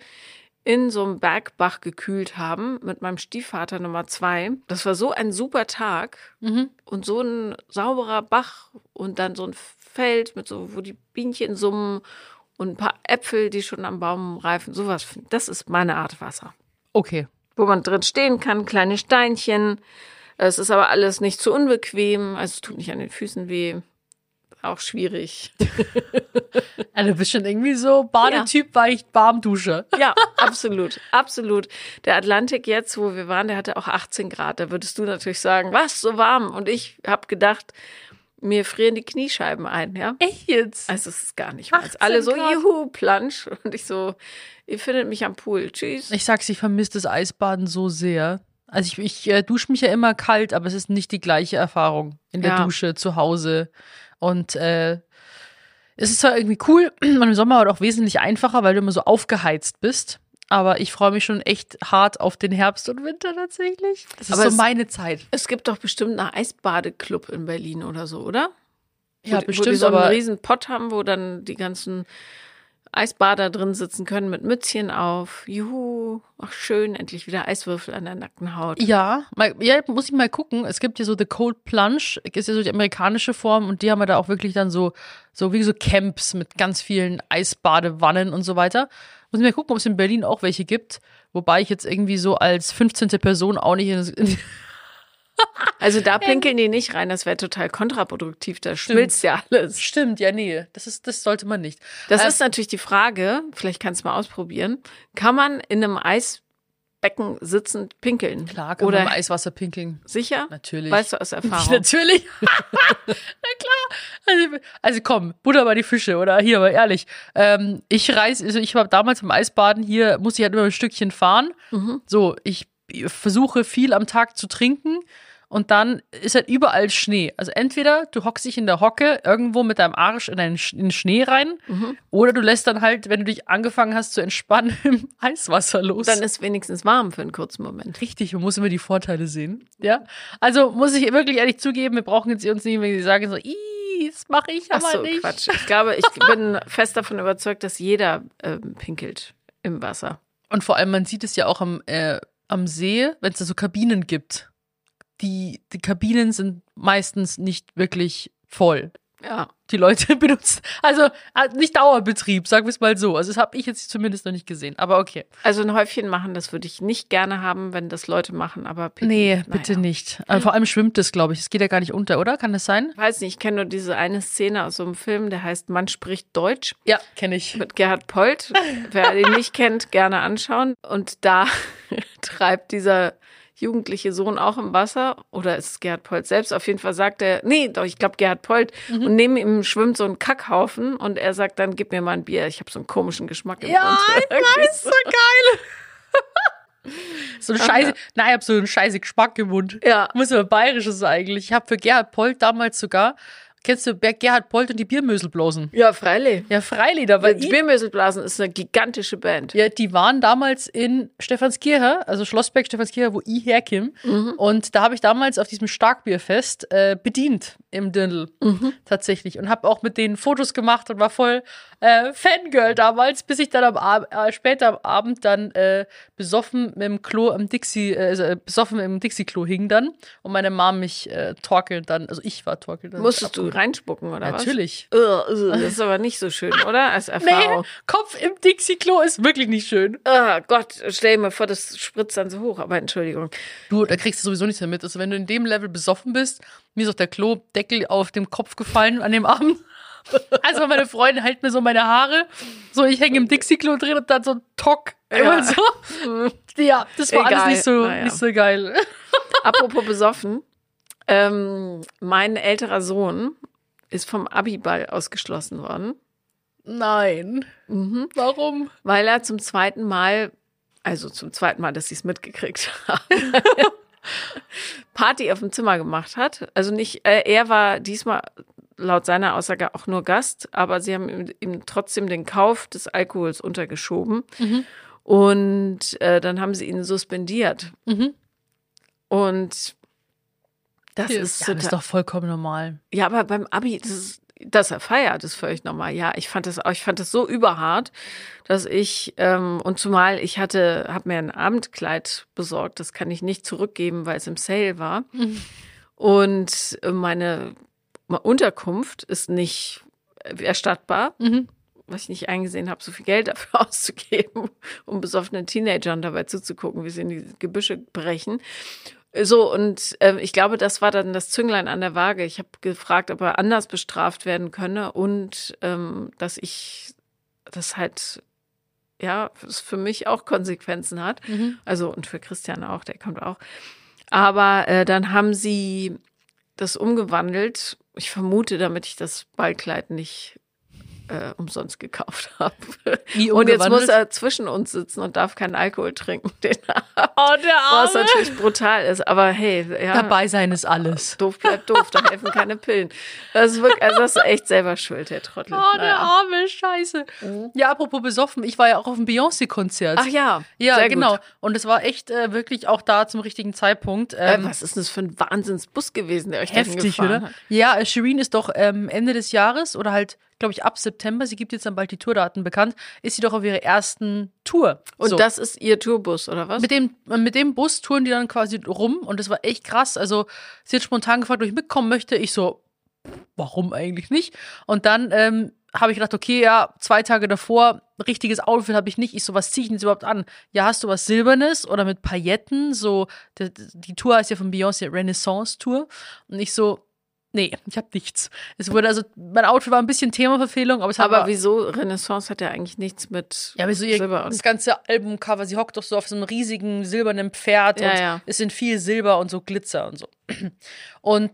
in so einem Bergbach gekühlt haben mit meinem Stiefvater Nummer 2. Das war so ein super Tag und so ein sauberer Bach und dann so ein Feld mit so, wo die Bienchen summen und ein paar Äpfel, die schon am Baum reifen. Sowas, das ist meine Art Wasser. Okay. Wo man drin stehen kann, kleine Steinchen. Es ist aber alles nicht zu unbequem. Also es tut nicht an den Füßen weh. Auch schwierig. Also du bist schon irgendwie so Badetyp, weicht Warmdusche. Ja, absolut, absolut. Der Atlantik jetzt, wo wir waren, der hatte auch 18 Grad. Da würdest du natürlich sagen, was, so warm? Und ich habe gedacht, mir frieren die Kniescheiben ein, ja. Echt jetzt? Also es ist gar nicht mehr. Alle so, Grad. juhu, Plansch. Und ich so, ihr findet mich am Pool. Tschüss. Ich sag's, ich vermisse das Eisbaden so sehr. Also ich dusche mich ja immer kalt, aber es ist nicht die gleiche Erfahrung in der Dusche zu Hause. Und es ist zwar irgendwie cool und im Sommer halt auch wesentlich einfacher, weil du immer so aufgeheizt bist. aber ich freue mich schon echt hart auf den Herbst und Winter tatsächlich. Das ist Aber so meine Zeit. Es gibt doch bestimmt einen Eisbadeclub in Berlin oder so, oder? Ja, Wo bestimmt, die so einen aber riesen Pott haben, wo dann die ganzen Eisbader drin sitzen können mit Mützchen auf. Juhu, ach schön, endlich wieder Eiswürfel an der nackten Haut. ja, muss ich mal gucken. Es gibt ja so The Cold Plunge, ist ja so die amerikanische Form und die haben ja da auch wirklich dann so wie so Camps mit ganz vielen Eisbadewannen und so weiter. Muss ich mal gucken, ob es in Berlin auch welche gibt. Wobei ich jetzt irgendwie so als 15. Person auch nicht in Also da pinkeln die nicht rein, das wäre total kontraproduktiv, da schmilzt ja alles. Stimmt, ja, nee, das sollte man nicht. Das ist natürlich die Frage, vielleicht kannst du mal ausprobieren, kann man in einem Eisbecken sitzend pinkeln? Klar, kann man im Eiswasser pinkeln. Sicher? Natürlich. Weißt du aus Erfahrung? Natürlich. Na klar. Also komm, Butter bei die Fische, oder? Hier, aber ehrlich. Ich war damals beim Eisbaden, hier musste ich halt immer ein Stückchen fahren. So, ich versuche viel am Tag zu trinken. Und dann ist halt überall Schnee. Also entweder du hockst dich in der Hocke irgendwo mit deinem Arsch in den Schnee rein, oder du lässt dann halt, wenn du dich angefangen hast zu entspannen, im Eiswasser los. Dann ist wenigstens warm für einen kurzen Moment. Richtig, man muss immer die Vorteile sehen. Ja, also muss ich wirklich ehrlich zugeben, wir brauchen jetzt uns nicht, wenn sie sagen so, das mache ich aber Ach so, nicht. Quatsch. Ich glaube, ich bin fest davon überzeugt, dass jeder pinkelt im Wasser. Und vor allem, man sieht es ja auch am See, wenn es da so Kabinen gibt. Die Kabinen sind meistens nicht wirklich voll. Ja. Die Leute benutzen, also nicht Dauerbetrieb, sagen wir es mal so. Also das habe ich jetzt zumindest noch nicht gesehen, aber okay. Also ein Häufchen machen, das würde ich nicht gerne haben, wenn das Leute machen, aber pinkeln, Nee, bitte nicht. Vor allem schwimmt es, glaube ich. Es geht ja gar nicht unter, oder? Kann das sein? Weiß nicht, ich kenne nur diese eine Szene aus so einem Film, der heißt Man spricht Deutsch. Ja, kenne ich. Mit Gerhard Polt. Wer den nicht kennt, gerne anschauen. Und da treibt dieser jugendliche Sohn auch im Wasser. Oder ist es Gerhard Polt selbst? Auf jeden Fall sagt er, nee, doch, ich glaube Gerhard Polt. Und neben ihm schwimmt so ein Kackhaufen. Und er sagt dann, gib mir mal ein Bier. Ich habe so einen komischen Geschmack im Mund. Ja, ist so geil. So eine Scheiße. Nein, ich habe so einen scheiße Geschmack im Mund. Ja. Muss aber bayerisches eigentlich. Ich habe für Gerhard Polt damals sogar, kennst du Gerhard Polt und die Biermöselblosen? Ja, freilich. Ja, freilich. Da war Die Biermöselblasen ist eine gigantische Band. Ja, die waren damals in Stephanskirchen, also Schlossberg, Stephanskirchen, wo ich herkomme. Und da habe ich damals auf diesem Starkbierfest bedient im Dirndl tatsächlich und habe auch mit denen Fotos gemacht und war voll Fangirl damals, bis ich dann später am Abend dann besoffen mit dem Klo am besoffen im Dixie-Klo hing dann und meine Mom mich torkelnd dann, also ich war torkelnd dann. Musstest du reinspucken, oder Natürlich. was? Natürlich. Das ist aber nicht so schön, oder? Als Erfahrung. Nee, Kopf im Dixie-Klo ist wirklich nicht schön. Oh Gott, stell dir mal vor, das spritzt dann so hoch. Aber Entschuldigung. Du, da kriegst du sowieso nichts mehr mit. Also wenn du in dem Level besoffen bist, mir ist auch der Klodeckel auf dem Kopf gefallen an dem Abend. Also meine Freundin hält mir so meine Haare, so ich hänge im Dixie-Klo drin und dann so ein Tock. Immer so. Ja, das war Egal. alles nicht so geil. Apropos besoffen. Mein älterer Sohn ist vom Abiball ausgeschlossen worden. Nein. Warum? Weil er zum zweiten Mal, dass sie es mitgekriegt haben, Party auf dem Zimmer gemacht hat. Also nicht, er war diesmal laut seiner Aussage auch nur Gast, aber sie haben ihm trotzdem den Kauf des Alkohols untergeschoben. Und dann haben sie ihn suspendiert. Und das ist doch vollkommen normal. Ja, aber beim Abi, dass er feiert, ist völlig normal. Ja, ich fand das so überhart, dass ich, und zumal ich habe mir ein Abendkleid besorgt, das kann ich nicht zurückgeben, weil es im Sale war. Und meine Unterkunft ist nicht erstattbar, weil ich nicht eingesehen habe, so viel Geld dafür auszugeben, um besoffenen Teenagern dabei zuzugucken, wie sie in die Gebüsche brechen. So, und ich glaube, das war dann das Zünglein an der Waage. Ich habe gefragt, ob er anders bestraft werden könne und dass ich das halt, ja, es für mich auch Konsequenzen hat. Also, und für Christian auch, der kommt auch. Aber dann haben sie das umgewandelt. Ich vermute, damit ich das Ballkleid nicht umsonst gekauft habe. Wie Und jetzt muss umgewandelt? er zwischen uns sitzen und darf keinen Alkohol trinken. Der Was natürlich brutal ist. Aber hey, ja. Dabei sein ist alles. Doof bleibt doof, da helfen keine Pillen. Das ist wirklich, also das ist echt selber schuld, der Trottel. Oh, der arme Scheiße. Ja, apropos besoffen, ich war ja auch auf dem Beyoncé-Konzert. Ach ja, Ja, sehr genau. Gut. Und es war echt wirklich auch da zum richtigen Zeitpunkt. Was ist denn das für ein Wahnsinnsbus gewesen, der euch dahin Heftig, gefahren oder? hat? Ja, Shireen ist doch Ende des Jahres oder halt, glaube ich, ab September, sie gibt jetzt dann bald die Tourdaten bekannt, ist sie doch auf ihrer ersten Tour. Und so. das ist ihr Tourbus, oder was? Mit dem Bus touren die dann quasi rum und das war echt krass. Also sie hat spontan gefragt, ob ich mitkommen möchte. Ich so, warum eigentlich nicht? Und dann habe ich gedacht, okay, ja, 2 Tage davor, richtiges Outfit habe ich nicht. Ich so, was ziehe ich denn jetzt überhaupt an? Ja, hast du was Silbernes oder mit Pailletten? So, die Tour heißt ja von Beyoncé Renaissance Tour. Und ich so, nee, ich habe nichts. Es wurde also, mein Outfit war ein bisschen Themaverfehlung, aber es Aber war, wieso? Renaissance hat ja eigentlich nichts mit ja, wieso Silber das und ganze Albumcover, sie hockt doch so auf so einem riesigen silbernen Pferd Ja, und ja. es sind viel Silber und so Glitzer und so. Und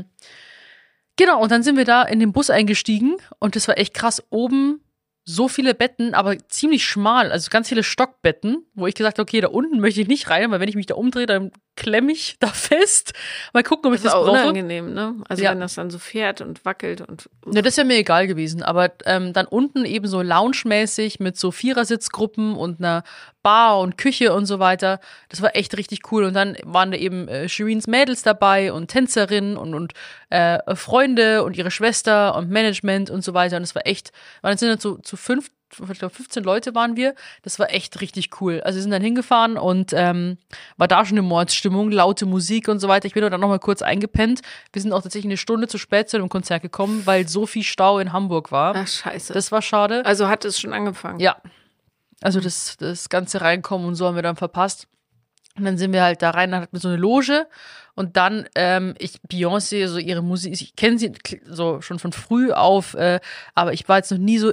genau, und dann sind wir da in den Bus eingestiegen und das war echt krass. Oben so viele Betten, aber ziemlich schmal, also ganz viele Stockbetten, wo ich gesagt habe, okay, da unten möchte ich nicht rein, weil wenn ich mich da umdrehe, dann klemme ich da fest. Mal gucken, ob ich das das ist auch brauche. unangenehm, ne? Also Ja. wenn das dann so fährt und wackelt und Ja, das wäre mir egal gewesen, aber dann unten eben so lounge-mäßig mit so Vierersitzgruppen und einer Bar und Küche und so weiter. Das war echt richtig cool. Und dann waren da eben Shireens Mädels dabei und Tänzerinnen und Freunde und ihre Schwester und Management und so weiter. Und das war echt, waren sind dann zu 15 Leute waren wir. Das war echt richtig cool. Also wir sind dann hingefahren und war da schon eine Mordsstimmung, laute Musik und so weiter. Ich bin dann nochmal kurz eingepennt. Wir sind auch tatsächlich eine Stunde zu spät zu dem Konzert gekommen, weil so viel Stau in Hamburg war. ach scheiße. Das war schade. Also hat es schon angefangen. Ja. Also das ganze Reinkommen und so haben wir dann verpasst. Und dann sind wir halt da rein, dann hatten wir so eine Loge und dann Beyoncé, so ihre Musik, ich kenne sie so schon von früh auf, aber ich war jetzt noch nie so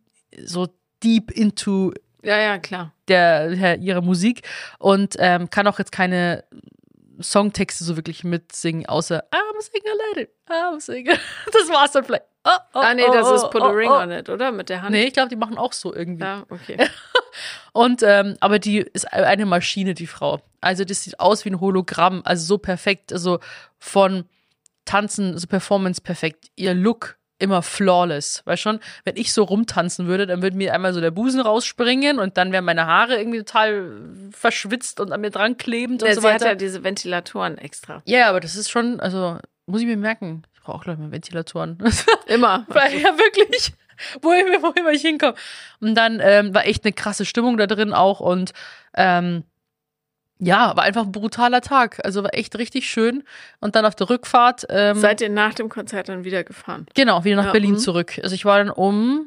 deep into Ja, klar. ihrer Musik und kann auch jetzt keine Songtexte so wirklich mitsingen, außer I'm singing a lady, I'm singing. Das war's dann vielleicht. Nee, das ist Put a Ring on it, oder? Mit der Hand. Nee, ich glaube, die machen auch so irgendwie. Ja, okay. Und aber die ist eine Maschine, die Frau. Also das sieht aus wie ein Hologramm, also so perfekt, also von Tanzen, so Performance perfekt. Ihr Look immer flawless, weißt schon? Wenn ich so rumtanzen würde, dann würde mir einmal so der Busen rausspringen und dann wären meine Haare irgendwie total verschwitzt und an mir dran klebend und Ja, so sie hat weiter. ja diese Ventilatoren extra. Ja, aber das ist schon, also muss ich mir merken. Ich brauche auch gleich mal Ventilatoren. Immer. Ja, wirklich. Wo immer ich hinkomme. Und dann war echt eine krasse Stimmung da drin auch und ja, war einfach ein brutaler Tag. Also war echt richtig schön. Und dann auf der Rückfahrt Seid ihr nach dem Konzert dann wieder gefahren? genau, wieder nach Ja, Berlin zurück. Also ich war dann um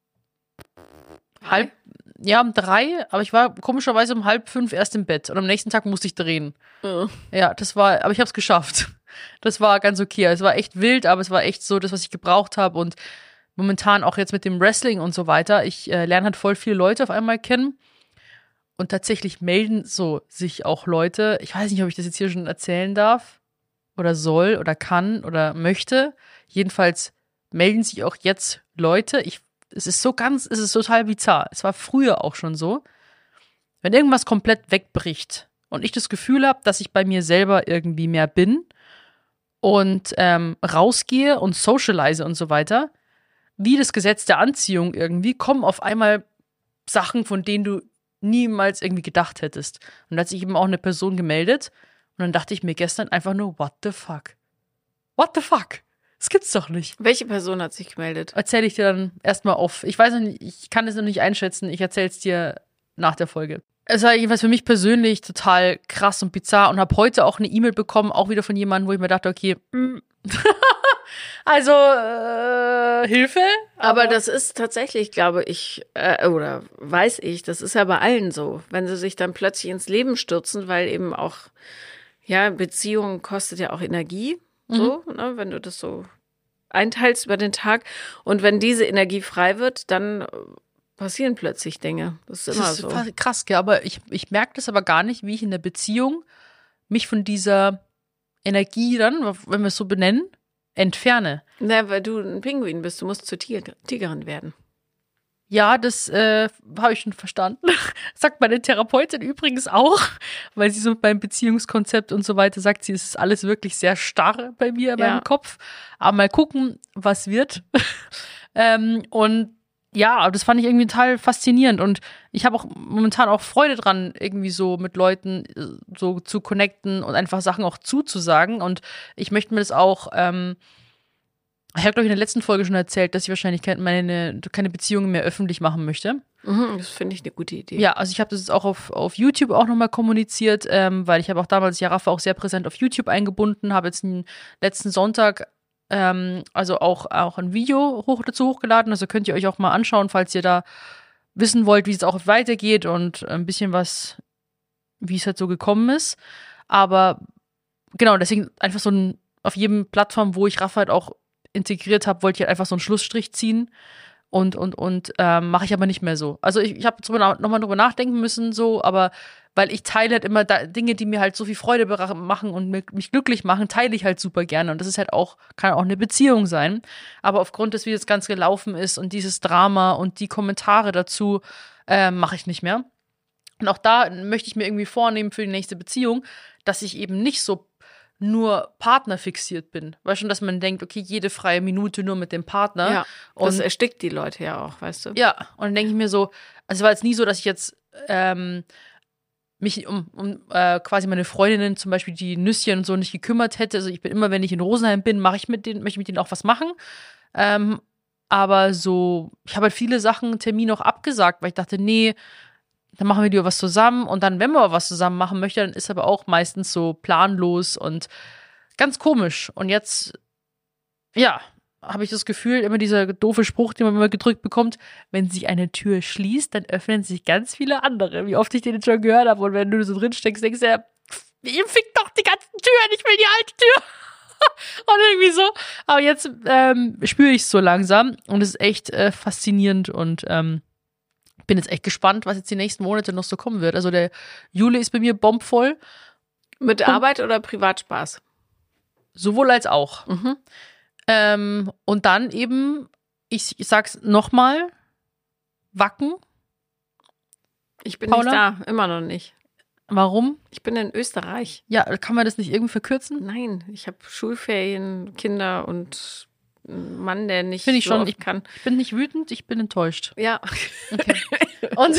3, aber ich war komischerweise um 4:30 erst im Bett. Und am nächsten Tag musste ich drehen. Ja, aber ich habe es geschafft. Das war ganz okay. Es war echt wild, aber es war echt so das, was ich gebraucht habe. Und momentan auch jetzt mit dem Wrestling und so weiter. Ich lerne halt voll viele Leute auf einmal kennen. Und tatsächlich melden so sich auch Leute. Ich weiß nicht, ob ich das jetzt hier schon erzählen darf oder soll oder kann oder möchte. Jedenfalls melden sich auch jetzt Leute. Es ist total bizarr. Es war früher auch schon so. Wenn irgendwas komplett wegbricht und ich das Gefühl habe, dass ich bei mir selber irgendwie mehr bin und rausgehe und socialize und so weiter, wie das Gesetz der Anziehung irgendwie, kommen auf einmal Sachen, von denen du niemals irgendwie gedacht hättest. Und da hat sich eben auch eine Person gemeldet und dann dachte ich mir gestern einfach nur, what the fuck? What the fuck? Das gibt's doch nicht. Welche Person hat sich gemeldet? Erzähle ich dir dann erstmal auf. Ich weiß noch nicht, ich kann es noch nicht einschätzen. Ich erzähl's dir nach der Folge. Es war jedenfalls für mich persönlich total krass und bizarr und habe heute auch eine E-Mail bekommen, auch wieder von jemandem, wo ich mir dachte, okay, also Hilfe. Aber das ist tatsächlich, glaube ich, oder weiß ich, das ist ja bei allen so, wenn sie sich dann plötzlich ins Leben stürzen, weil eben auch, ja, Beziehung kostet ja auch Energie, so, ne, wenn du das so einteilst über den Tag. Und wenn diese Energie frei wird, dann passieren plötzlich Dinge. Das ist immer Das ist so. fast krass, gell? Aber ich merke das aber gar nicht, wie ich in der Beziehung mich von dieser Energie dann, wenn wir es so benennen, entferne. Na, weil du ein Pinguin bist, du musst zur Tigerin werden. Ja, das habe ich schon verstanden. Sagt meine Therapeutin übrigens auch, weil sie so beim Beziehungskonzept und so weiter sagt, sie, es ist alles wirklich sehr starr bei mir in meinem Kopf. Aber mal gucken, was wird. Und ja, das fand ich irgendwie total faszinierend. Und ich habe auch momentan auch Freude dran, irgendwie so mit Leuten so zu connecten und einfach Sachen auch zuzusagen. Und ich möchte mir das auch ich habe, glaube ich, in der letzten Folge schon erzählt, dass ich wahrscheinlich keine Beziehungen mehr öffentlich machen möchte. Das finde ich eine gute Idee. Ja, also ich habe das jetzt auch auf YouTube auch nochmal kommuniziert, weil ich habe auch damals Jarafa auch sehr präsent auf YouTube eingebunden, habe jetzt letzten Sonntag also auch ein Video dazu hochgeladen. Also könnt ihr euch auch mal anschauen, falls ihr da wissen wollt, wie es auch weitergeht und ein bisschen was, wie es halt so gekommen ist. Aber genau, deswegen einfach auf jedem Plattform, wo ich Rafa halt auch integriert habe, wollte ich halt einfach so einen Schlussstrich ziehen und mache ich aber nicht mehr so. Also ich habe nochmal drüber nachdenken müssen, so, aber weil ich teile halt immer Dinge, die mir halt so viel Freude machen und mich glücklich machen, teile ich halt super gerne. Und das ist halt kann auch eine Beziehung sein. Aber aufgrund des, wie das Ganze gelaufen ist und dieses Drama und die Kommentare dazu, mache ich nicht mehr. Und auch da möchte ich mir irgendwie vornehmen für die nächste Beziehung, dass ich eben nicht so nur partnerfixiert bin. Weißt du, dass man denkt, okay, jede freie Minute nur mit dem Partner. Ja, das erstickt die Leute ja auch, weißt du? Ja, und dann denke ich mir so, also es war jetzt nie so, dass ich jetzt mich um quasi meine Freundinnen, zum Beispiel die Nüsschen und so, nicht gekümmert hätte. Also ich bin immer, wenn ich in Rosenheim bin, möchte ich mit denen auch was machen. Aber so, ich habe halt viele Termine auch abgesagt, weil ich dachte, nee, dann machen wir lieber was zusammen und dann, wenn man was zusammen machen möchte, dann ist aber auch meistens so planlos und ganz komisch. Und jetzt, ja, habe ich das Gefühl, immer dieser doofe Spruch, den man immer gedrückt bekommt, wenn sich eine Tür schließt, dann öffnen sich ganz viele andere. Wie oft ich den jetzt schon gehört habe und wenn du so drin steckst, denkst du ja, ihr fickt doch die ganzen Türen, ich will die alte Tür. Und irgendwie so. Aber jetzt spüre ich es so langsam und es ist echt faszinierend und bin jetzt echt gespannt, was jetzt die nächsten Monate noch so kommen wird. Also der Juli ist bei mir bombvoll. Mit Arbeit oder Privatspaß? Sowohl als auch. Und dann eben, ich sag's nochmal, Wacken. Ich bin Paula? nicht da, immer noch nicht. Warum? Ich bin in Österreich. Ja, kann man das nicht irgendwie verkürzen? Nein, ich habe Schulferien, Kinder und einen Mann, der nicht Finde ich so schon, oft kann. Ich bin nicht wütend, ich bin enttäuscht. Ja. Okay. Und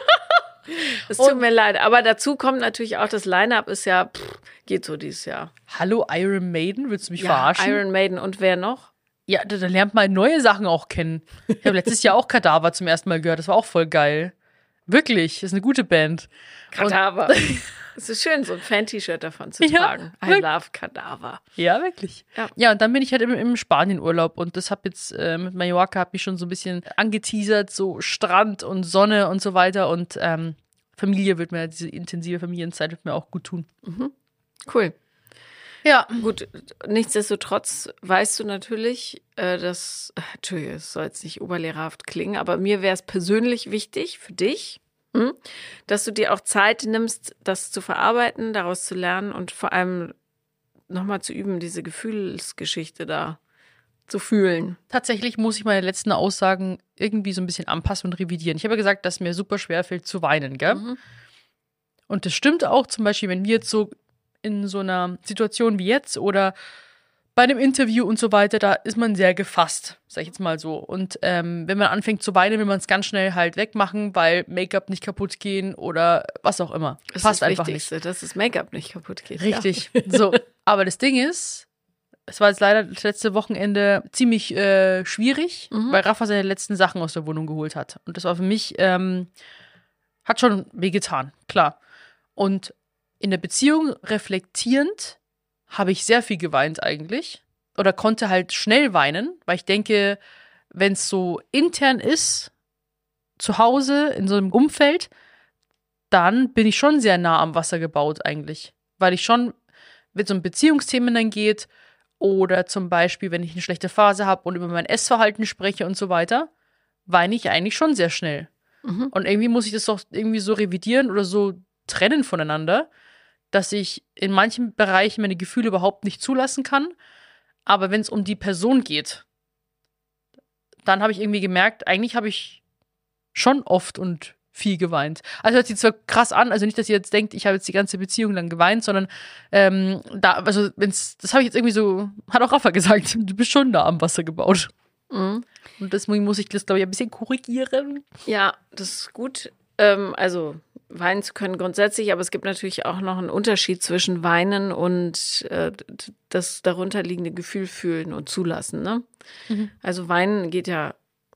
es tut mir leid, aber dazu kommt natürlich auch, das Line-Up ist ja, geht so dieses Jahr. Hallo Iron Maiden, willst du mich Ja, verarschen? Iron Maiden und wer noch? Ja, da lernt man neue Sachen auch kennen. Ich habe letztes Jahr auch Kadaver zum ersten Mal gehört, das war auch voll geil. Wirklich, das ist eine gute Band. Kadaver. Es ist schön, so ein Fan-T-Shirt davon zu tragen. I love Kadaver. Ja, wirklich. Ja, und dann bin ich halt im Spanienurlaub und das hab jetzt mit Mallorca hat mich schon so ein bisschen angeteasert, so Strand und Sonne und so weiter und Familie diese intensive Familienzeit wird mir auch gut tun. Cool. Ja. Gut, nichtsdestotrotz weißt du natürlich, Entschuldigung, es soll jetzt nicht oberlehrerhaft klingen, aber mir wäre es persönlich wichtig für dich, dass du dir auch Zeit nimmst, das zu verarbeiten, daraus zu lernen und vor allem nochmal zu üben, diese Gefühlsgeschichte da zu fühlen. Tatsächlich muss ich meine letzten Aussagen irgendwie so ein bisschen anpassen und revidieren. Ich habe ja gesagt, dass mir super schwer fällt zu weinen, gell? Und das stimmt auch, zum Beispiel, wenn wir jetzt so in so einer Situation wie jetzt oder bei einem Interview und so weiter, da ist man sehr gefasst, sag ich jetzt mal so. Und wenn man anfängt zu weinen, will man es ganz schnell halt wegmachen, weil Make-up nicht kaputt gehen oder was auch immer. Das passt ist das einfach Wichtigste, nicht. dass das Make-up nicht kaputt geht. Richtig. Ja. So. Aber das Ding ist, es war jetzt leider das letzte Wochenende ziemlich schwierig, weil Rafa seine letzten Sachen aus der Wohnung geholt hat. Und das war für mich, hat schon wehgetan, klar. Und in der Beziehung reflektierend habe ich sehr viel geweint eigentlich oder konnte halt schnell weinen, weil ich denke, wenn es so intern ist, zu Hause, in so einem Umfeld, dann bin ich schon sehr nah am Wasser gebaut eigentlich, weil ich schon, wenn es um Beziehungsthemen dann geht oder zum Beispiel, wenn ich eine schlechte Phase habe und über mein Essverhalten spreche und so weiter, weine ich eigentlich schon sehr schnell. Und irgendwie muss ich das doch irgendwie so revidieren oder so trennen voneinander, dass ich in manchen Bereichen meine Gefühle überhaupt nicht zulassen kann. Aber wenn es um die Person geht, dann habe ich irgendwie gemerkt, eigentlich habe ich schon oft und viel geweint. Also hört sich zwar krass an, also nicht, dass ihr jetzt denkt, ich habe jetzt die ganze Beziehung lang geweint, sondern das habe ich jetzt irgendwie so, hat auch Rafa gesagt, du bist schon da am Wasser gebaut. Und deswegen muss ich das, glaube ich, ein bisschen korrigieren. Ja, das ist gut. Also weinen zu können grundsätzlich, aber es gibt natürlich auch noch einen Unterschied zwischen weinen und das darunterliegende Gefühl fühlen und zulassen. Ne? Also weinen geht ja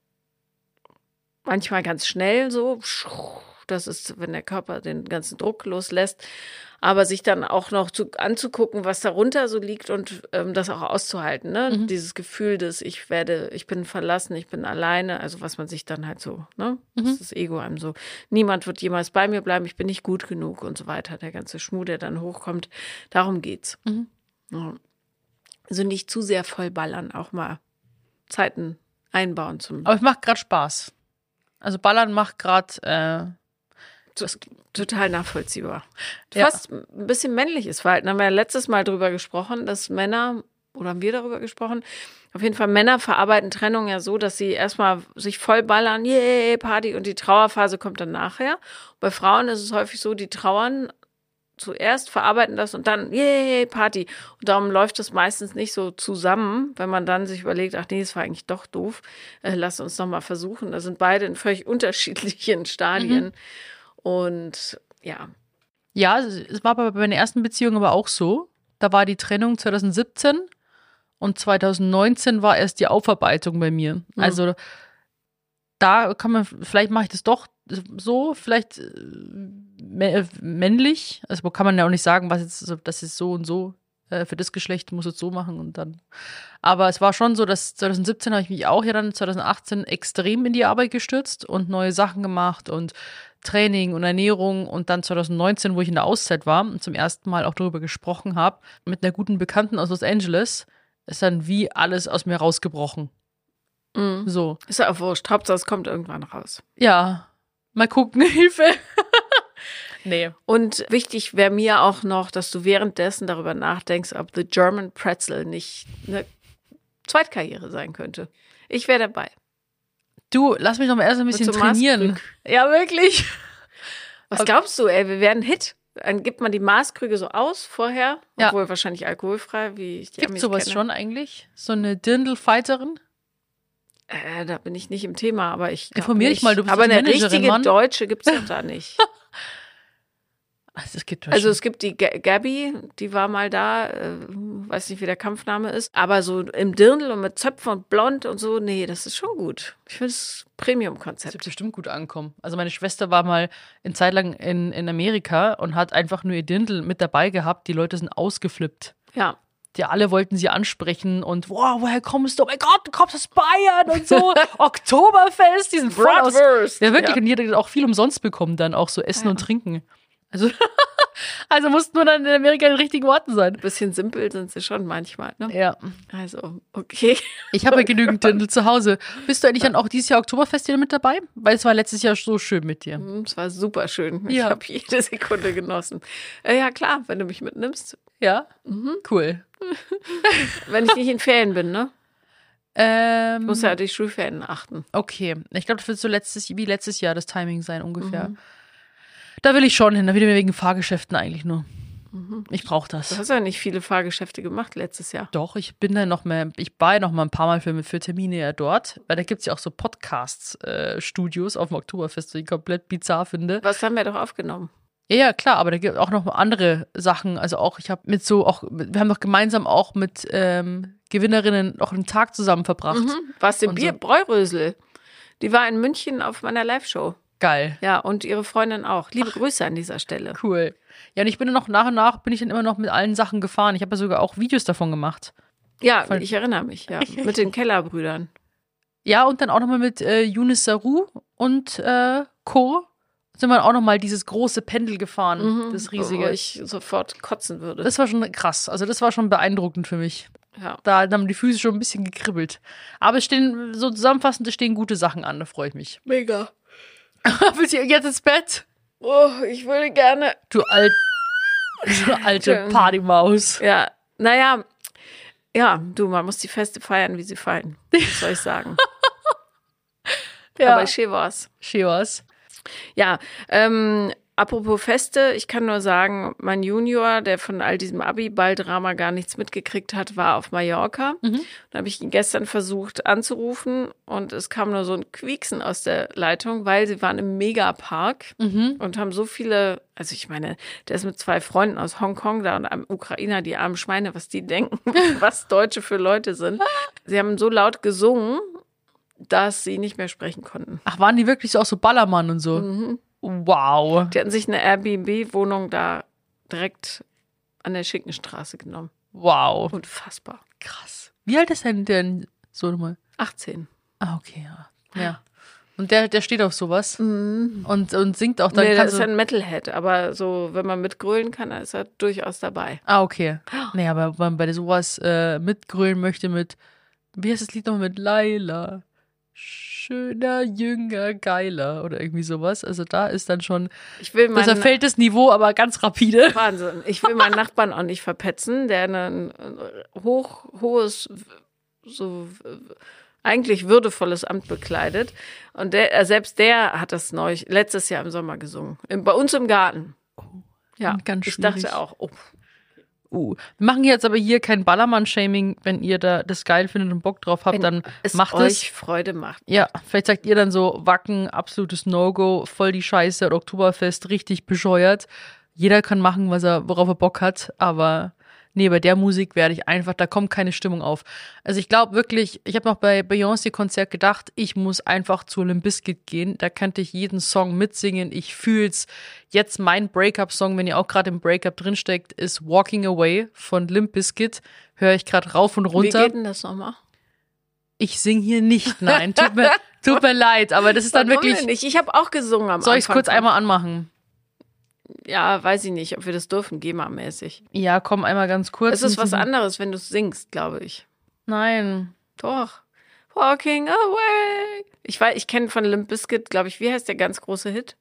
manchmal ganz schnell so. Das ist, wenn der Körper den ganzen Druck loslässt. Aber sich dann auch noch anzugucken, was darunter so liegt und das auch auszuhalten. Ne? Dieses Gefühl, dass ich bin verlassen, ich bin alleine. Also was man sich dann halt so, ne? Das ist das Ego einem so. Niemand wird jemals bei mir bleiben, ich bin nicht gut genug und so weiter. Der ganze Schmuh, der dann hochkommt. Darum geht's. Ja. Also nicht zu sehr vollballern, auch mal Zeiten einbauen zum. Aber es macht gerade Spaß. Also Ballern macht gerade total nachvollziehbar. Ja. Fast ein bisschen männliches Verhalten. Haben wir ja letztes Mal drüber gesprochen, dass Männer, oder haben wir darüber gesprochen, auf jeden Fall Männer verarbeiten Trennung ja so, dass sie erstmal sich voll ballern, yay, Party, und die Trauerphase kommt dann nachher. Bei Frauen ist es häufig so, die trauern zuerst, verarbeiten das und dann, yay, Party. Und darum läuft das meistens nicht so zusammen, wenn man dann sich überlegt, ach nee, das war eigentlich doch doof, lass uns noch mal versuchen. Da sind beide in völlig unterschiedlichen Stadien. Und ja. Ja, es war bei meiner ersten Beziehung aber auch so. Da war die Trennung 2017 und 2019 war erst die Aufarbeitung bei mir. Also da kann man, vielleicht mache ich das doch so, vielleicht männlich. Also kann man ja auch nicht sagen, was jetzt, das ist so und so. Für das Geschlecht muss es so machen und dann. Aber es war schon so, dass 2017 habe ich mich auch ja dann 2018 extrem in die Arbeit gestürzt und neue Sachen gemacht und Training und Ernährung und dann 2019, wo ich in der Auszeit war und zum ersten Mal auch darüber gesprochen habe, mit einer guten Bekannten aus Los Angeles, ist dann wie alles aus mir rausgebrochen. So. Ist ja auch wurscht. Hauptsache, es kommt irgendwann raus. Ja, mal gucken, Hilfe. Nee. Und wichtig wäre mir auch noch, dass du währenddessen darüber nachdenkst, ob The German Pretzel nicht eine Zweitkarriere sein könnte. Ich wäre dabei. Du, lass mich doch mal erst ein bisschen Mit so trainieren. Maßkrüg. Ja, wirklich. Was glaubst du, ey? Wir werden Hit. Dann gibt man die Maßkrüge so aus vorher, Ja. obwohl wahrscheinlich alkoholfrei, wie ich die Gibt Amis sowas kenne. schon eigentlich? So eine Dirndl-Fighterin? Da bin ich nicht im Thema, aber ich glaub Informier dich nicht. mal, du bist aber die eine Managerin, richtige Mann. Deutsche gibt es doch da nicht. Es gibt Also es gibt die Gabby, die war mal da, weiß nicht, wie der Kampfname ist, aber so im Dirndl und mit Zöpfen und blond und so, nee, das ist schon gut. Ich finde es Das Premium-Konzept. wird bestimmt gut ankommen. Also meine Schwester war mal eine Zeit lang in Amerika und hat einfach nur ihr Dirndl mit dabei gehabt. Die Leute sind ausgeflippt. Ja. Die alle wollten sie ansprechen und wow, woher kommst du? Oh mein Gott, du kommst aus Bayern und so. Oktoberfest, diesen voll aus. Bratwurst. Ja, wirklich. Ja. Und die hat auch viel umsonst bekommen dann, auch so Essen und Trinken. Also mussten wir dann in Amerika in den richtigen Orten sein. Ein bisschen simpel sind sie schon manchmal, ne? Ja. Also, okay. Ich habe ja genügend Dirndl zu Hause. Bist du eigentlich dann auch dieses Jahr Oktoberfest wieder mit dabei? Weil es war letztes Jahr so schön mit dir. Es war super schön. Ich Ja. habe jede Sekunde genossen. Ja, klar, wenn du mich mitnimmst. Ja? Cool. Wenn ich nicht in Ferien bin, ne? Ich muss Okay. ja auf die Schulferien achten. Ich glaube, das wird so wie letztes Jahr das Timing sein ungefähr. Da will ich schon hin. Da will ich mir wegen Fahrgeschäften eigentlich nur. Ich brauche Du das. hast ja nicht viele Fahrgeschäfte gemacht letztes Jahr. Doch, ich war ja noch mal ein paar Mal für Termine ja dort, weil da gibt es ja auch so Podcast-Studios auf dem Oktoberfest, die ich komplett bizarr finde. Was haben wir doch aufgenommen? Ja, klar, aber da gibt es auch noch andere Sachen. Also auch, wir haben doch gemeinsam auch mit Gewinnerinnen noch einen Tag zusammen verbracht. Was Und Bier so. Bräurösel. Die war in München auf meiner Live-Show. Geil. Ja, und ihre Freundin auch. Liebe Grüße an dieser Stelle. Cool. Ja, und ich bin dann noch nach und nach, bin ich dann immer noch mit allen Sachen gefahren. Ich habe ja sogar auch Videos davon gemacht. Ja, Voll. ich erinnere mich, ja. Mit den Kellerbrüdern. Ja, und dann auch nochmal mit Younes Saru und Co. sind wir auch nochmal dieses große Pendel gefahren, das riesige. Wo ich sofort kotzen würde. Das war schon krass. Also das war schon beeindruckend für mich. Ja. Da haben die Füße schon ein bisschen gekribbelt. Aber es stehen, so zusammenfassend, es stehen gute Sachen an, da freue ich mich. Mega. Willst du jetzt ins Bett? Oh, ich würde gerne. Du alte Partymaus. Ja, naja. Ja, du, man muss die Feste feiern, wie sie fallen. Was soll ich sagen? Ja. Aber schön war's. Chivas. Ja, apropos Feste, ich kann nur sagen, mein Junior, der von all diesem Abi-Ball-Drama gar nichts mitgekriegt hat, war auf Mallorca. Da habe ich ihn gestern versucht anzurufen und es kam nur so ein Quieksen aus der Leitung, weil sie waren im Megapark und haben so viele, also ich meine, der ist mit 2 Freunden aus Hongkong da und einem Ukrainer, die armen Schweine, was die denken, was Deutsche für Leute sind. Sie haben so laut gesungen, dass sie nicht mehr sprechen konnten. Ach, waren die wirklich so auch so Ballermann und so? Wow. Die hatten sich eine Airbnb-Wohnung da direkt an der Schinkenstraße genommen. Wow. Unfassbar. Krass. Wie alt ist denn so nochmal? 18. Ah, okay, ja. Und der steht auf sowas und singt auch dann. Nee, der ist ein Metalhead, aber so, wenn man mitgrölen kann, dann ist er durchaus dabei. Ah, okay. Nee, aber wenn man bei sowas mitgrölen möchte mit, wie heißt das Lied noch mit Laila? Schöner, jünger, geiler oder irgendwie sowas. Also da ist dann schon, das erfällt das Niveau, aber ganz rapide. Wahnsinn. Ich will meinen Nachbarn auch nicht verpetzen, der ein hohes, so eigentlich würdevolles Amt bekleidet. Und selbst der hat das letztes Jahr im Sommer gesungen. Bei uns im Garten. Ja, ganz ich schwierig. dachte auch, Wir machen jetzt aber hier kein Ballermann-Shaming. Wenn ihr da das geil findet und Bock drauf habt, dann macht es. euch Freude macht. Ja, vielleicht sagt ihr dann so, Wacken, absolutes No-Go, voll die Scheiße, oder Oktoberfest, richtig bescheuert. Jeder kann machen, worauf er Bock hat, aber nee, bei der Musik werde ich einfach, da kommt keine Stimmung auf. Also ich glaube wirklich, ich habe noch bei Beyoncé-Konzert gedacht, ich muss einfach zu Limp Bizkit gehen. Da könnte ich jeden Song mitsingen. Ich fühl's. Jetzt mein Breakup-Song, wenn ihr auch gerade im Breakup drinsteckt, ist Walking Away von Limp Bizkit. Höre ich gerade rauf und runter. Wie geht denn das nochmal? Ich sing hier nicht, nein. Tut mir leid, aber das ist dann Warum wirklich. denn nicht? Ich habe auch gesungen am Anfang. Soll ich es kurz einmal anmachen? Ja, weiß ich nicht, ob wir das dürfen, GEMA-mäßig. Ja, komm einmal ganz kurz. Es ist was anderes, wenn du singst, glaube ich. Nein. Doch. Walking away. Ich kenne von Limp Bizkit, glaube ich, wie heißt der ganz große Hit?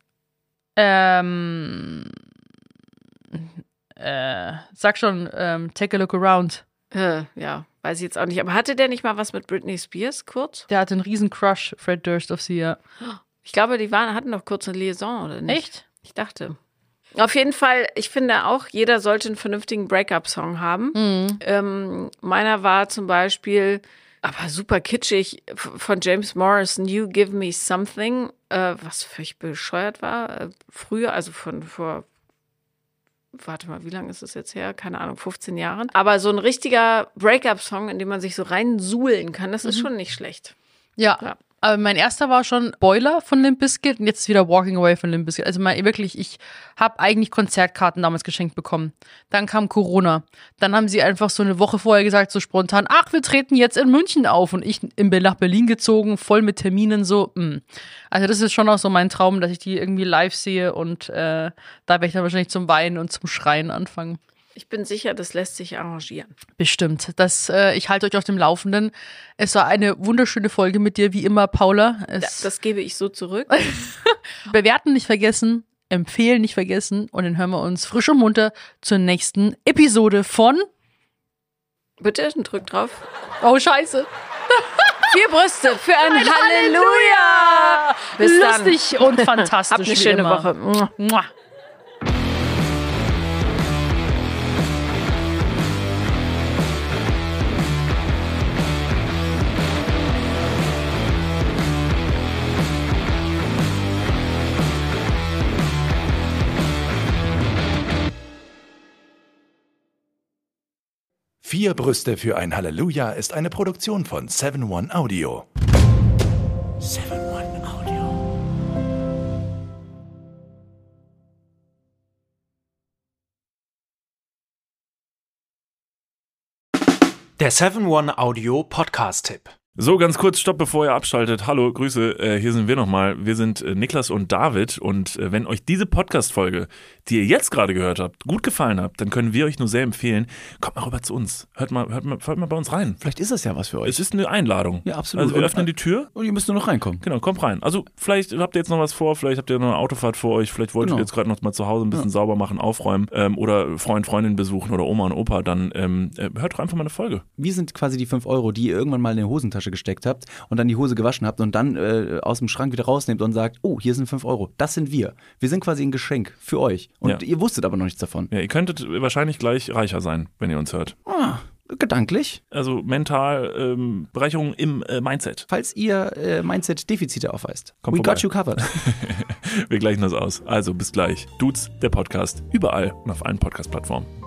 Sag schon, Take a Look Around. Ja, weiß ich jetzt auch nicht. Aber hatte der nicht mal was mit Britney Spears kurz? Der hatte einen riesen Crush, Fred Durst auf sie, ja. Ich glaube, die hatten doch kurz eine Liaison, oder nicht? Echt? Ich dachte. Auf jeden Fall, ich finde auch, jeder sollte einen vernünftigen Breakup-Song haben. Meiner war zum Beispiel, aber super kitschig, von James Morrison, You Give Me Something, was völlig bescheuert war. Früher, also warte mal, wie lange ist das jetzt her? Keine Ahnung, 15 Jahren. Aber so ein richtiger Breakup-Song, in dem man sich so reinsuhlen kann, das ist schon nicht schlecht. Ja. Aber mein erster war schon Boiler von Limp Bizkit und jetzt ist wieder Walking Away von Limp Bizkit. Also mal wirklich, ich habe eigentlich Konzertkarten damals geschenkt bekommen. Dann kam Corona. Dann haben sie einfach so eine Woche vorher gesagt, so spontan, ach, wir treten jetzt in München auf. Und ich nach Berlin gezogen, voll mit Terminen, so. Also das ist schon auch so mein Traum, dass ich die irgendwie live sehe und da werde ich dann wahrscheinlich zum Weinen und zum Schreien anfangen. Ich bin sicher, das lässt sich arrangieren. Bestimmt. Ich halte euch auf dem Laufenden. Es war eine wunderschöne Folge mit dir, wie immer, Paula. Das gebe ich so zurück. Bewerten nicht vergessen, empfehlen nicht vergessen und dann hören wir uns frisch und munter zur nächsten Episode von Bitte, drück drauf. Oh, scheiße. 4 Brüste für ein Halleluja. Bis dann. Lustig und fantastisch. Habt eine schöne Woche. Mua. Vier Brüste für ein Halleluja ist eine Produktion von 7-One Audio. 7-One Audio. Der 7-One Audio Podcast-Tipp. So, ganz kurz, stopp, bevor ihr abschaltet. Hallo, Grüße, hier sind wir nochmal. Wir sind Niklas und David und wenn euch diese Podcast-Folge, die ihr jetzt gerade gehört habt, gut gefallen hat, dann können wir euch nur sehr empfehlen, kommt mal rüber zu uns. Hört mal bei uns rein. Vielleicht ist das ja was für euch. Es ist eine Einladung. Ja, absolut. Also wir öffnen die Tür. Und ihr müsst nur noch reinkommen. Genau, kommt rein. Also vielleicht habt ihr jetzt noch was vor, vielleicht habt ihr noch eine Autofahrt vor euch, vielleicht wollt ihr jetzt gerade noch mal zu Hause ein bisschen sauber machen, aufräumen oder Freundin besuchen oder Oma und Opa, dann hört doch einfach mal eine Folge. Wir sind quasi die 5 Euro, die ihr irgendwann mal in der Hosentasche Hosentasche gesteckt habt und dann die Hose gewaschen habt und dann aus dem Schrank wieder rausnehmt und sagt, oh, hier sind 5 Euro. Das sind wir. Wir sind quasi ein Geschenk für euch. Und ihr wusstet aber noch nichts davon. Ja, ihr könntet wahrscheinlich gleich reicher sein, wenn ihr uns hört. Gedanklich. Also mental, Bereicherung im Mindset. Falls ihr Mindset-Defizite aufweist. Kommt We vorbei. got you covered. Wir gleichen das aus. Also bis gleich. Dudes, der Podcast. Überall und auf allen Podcast-Plattformen.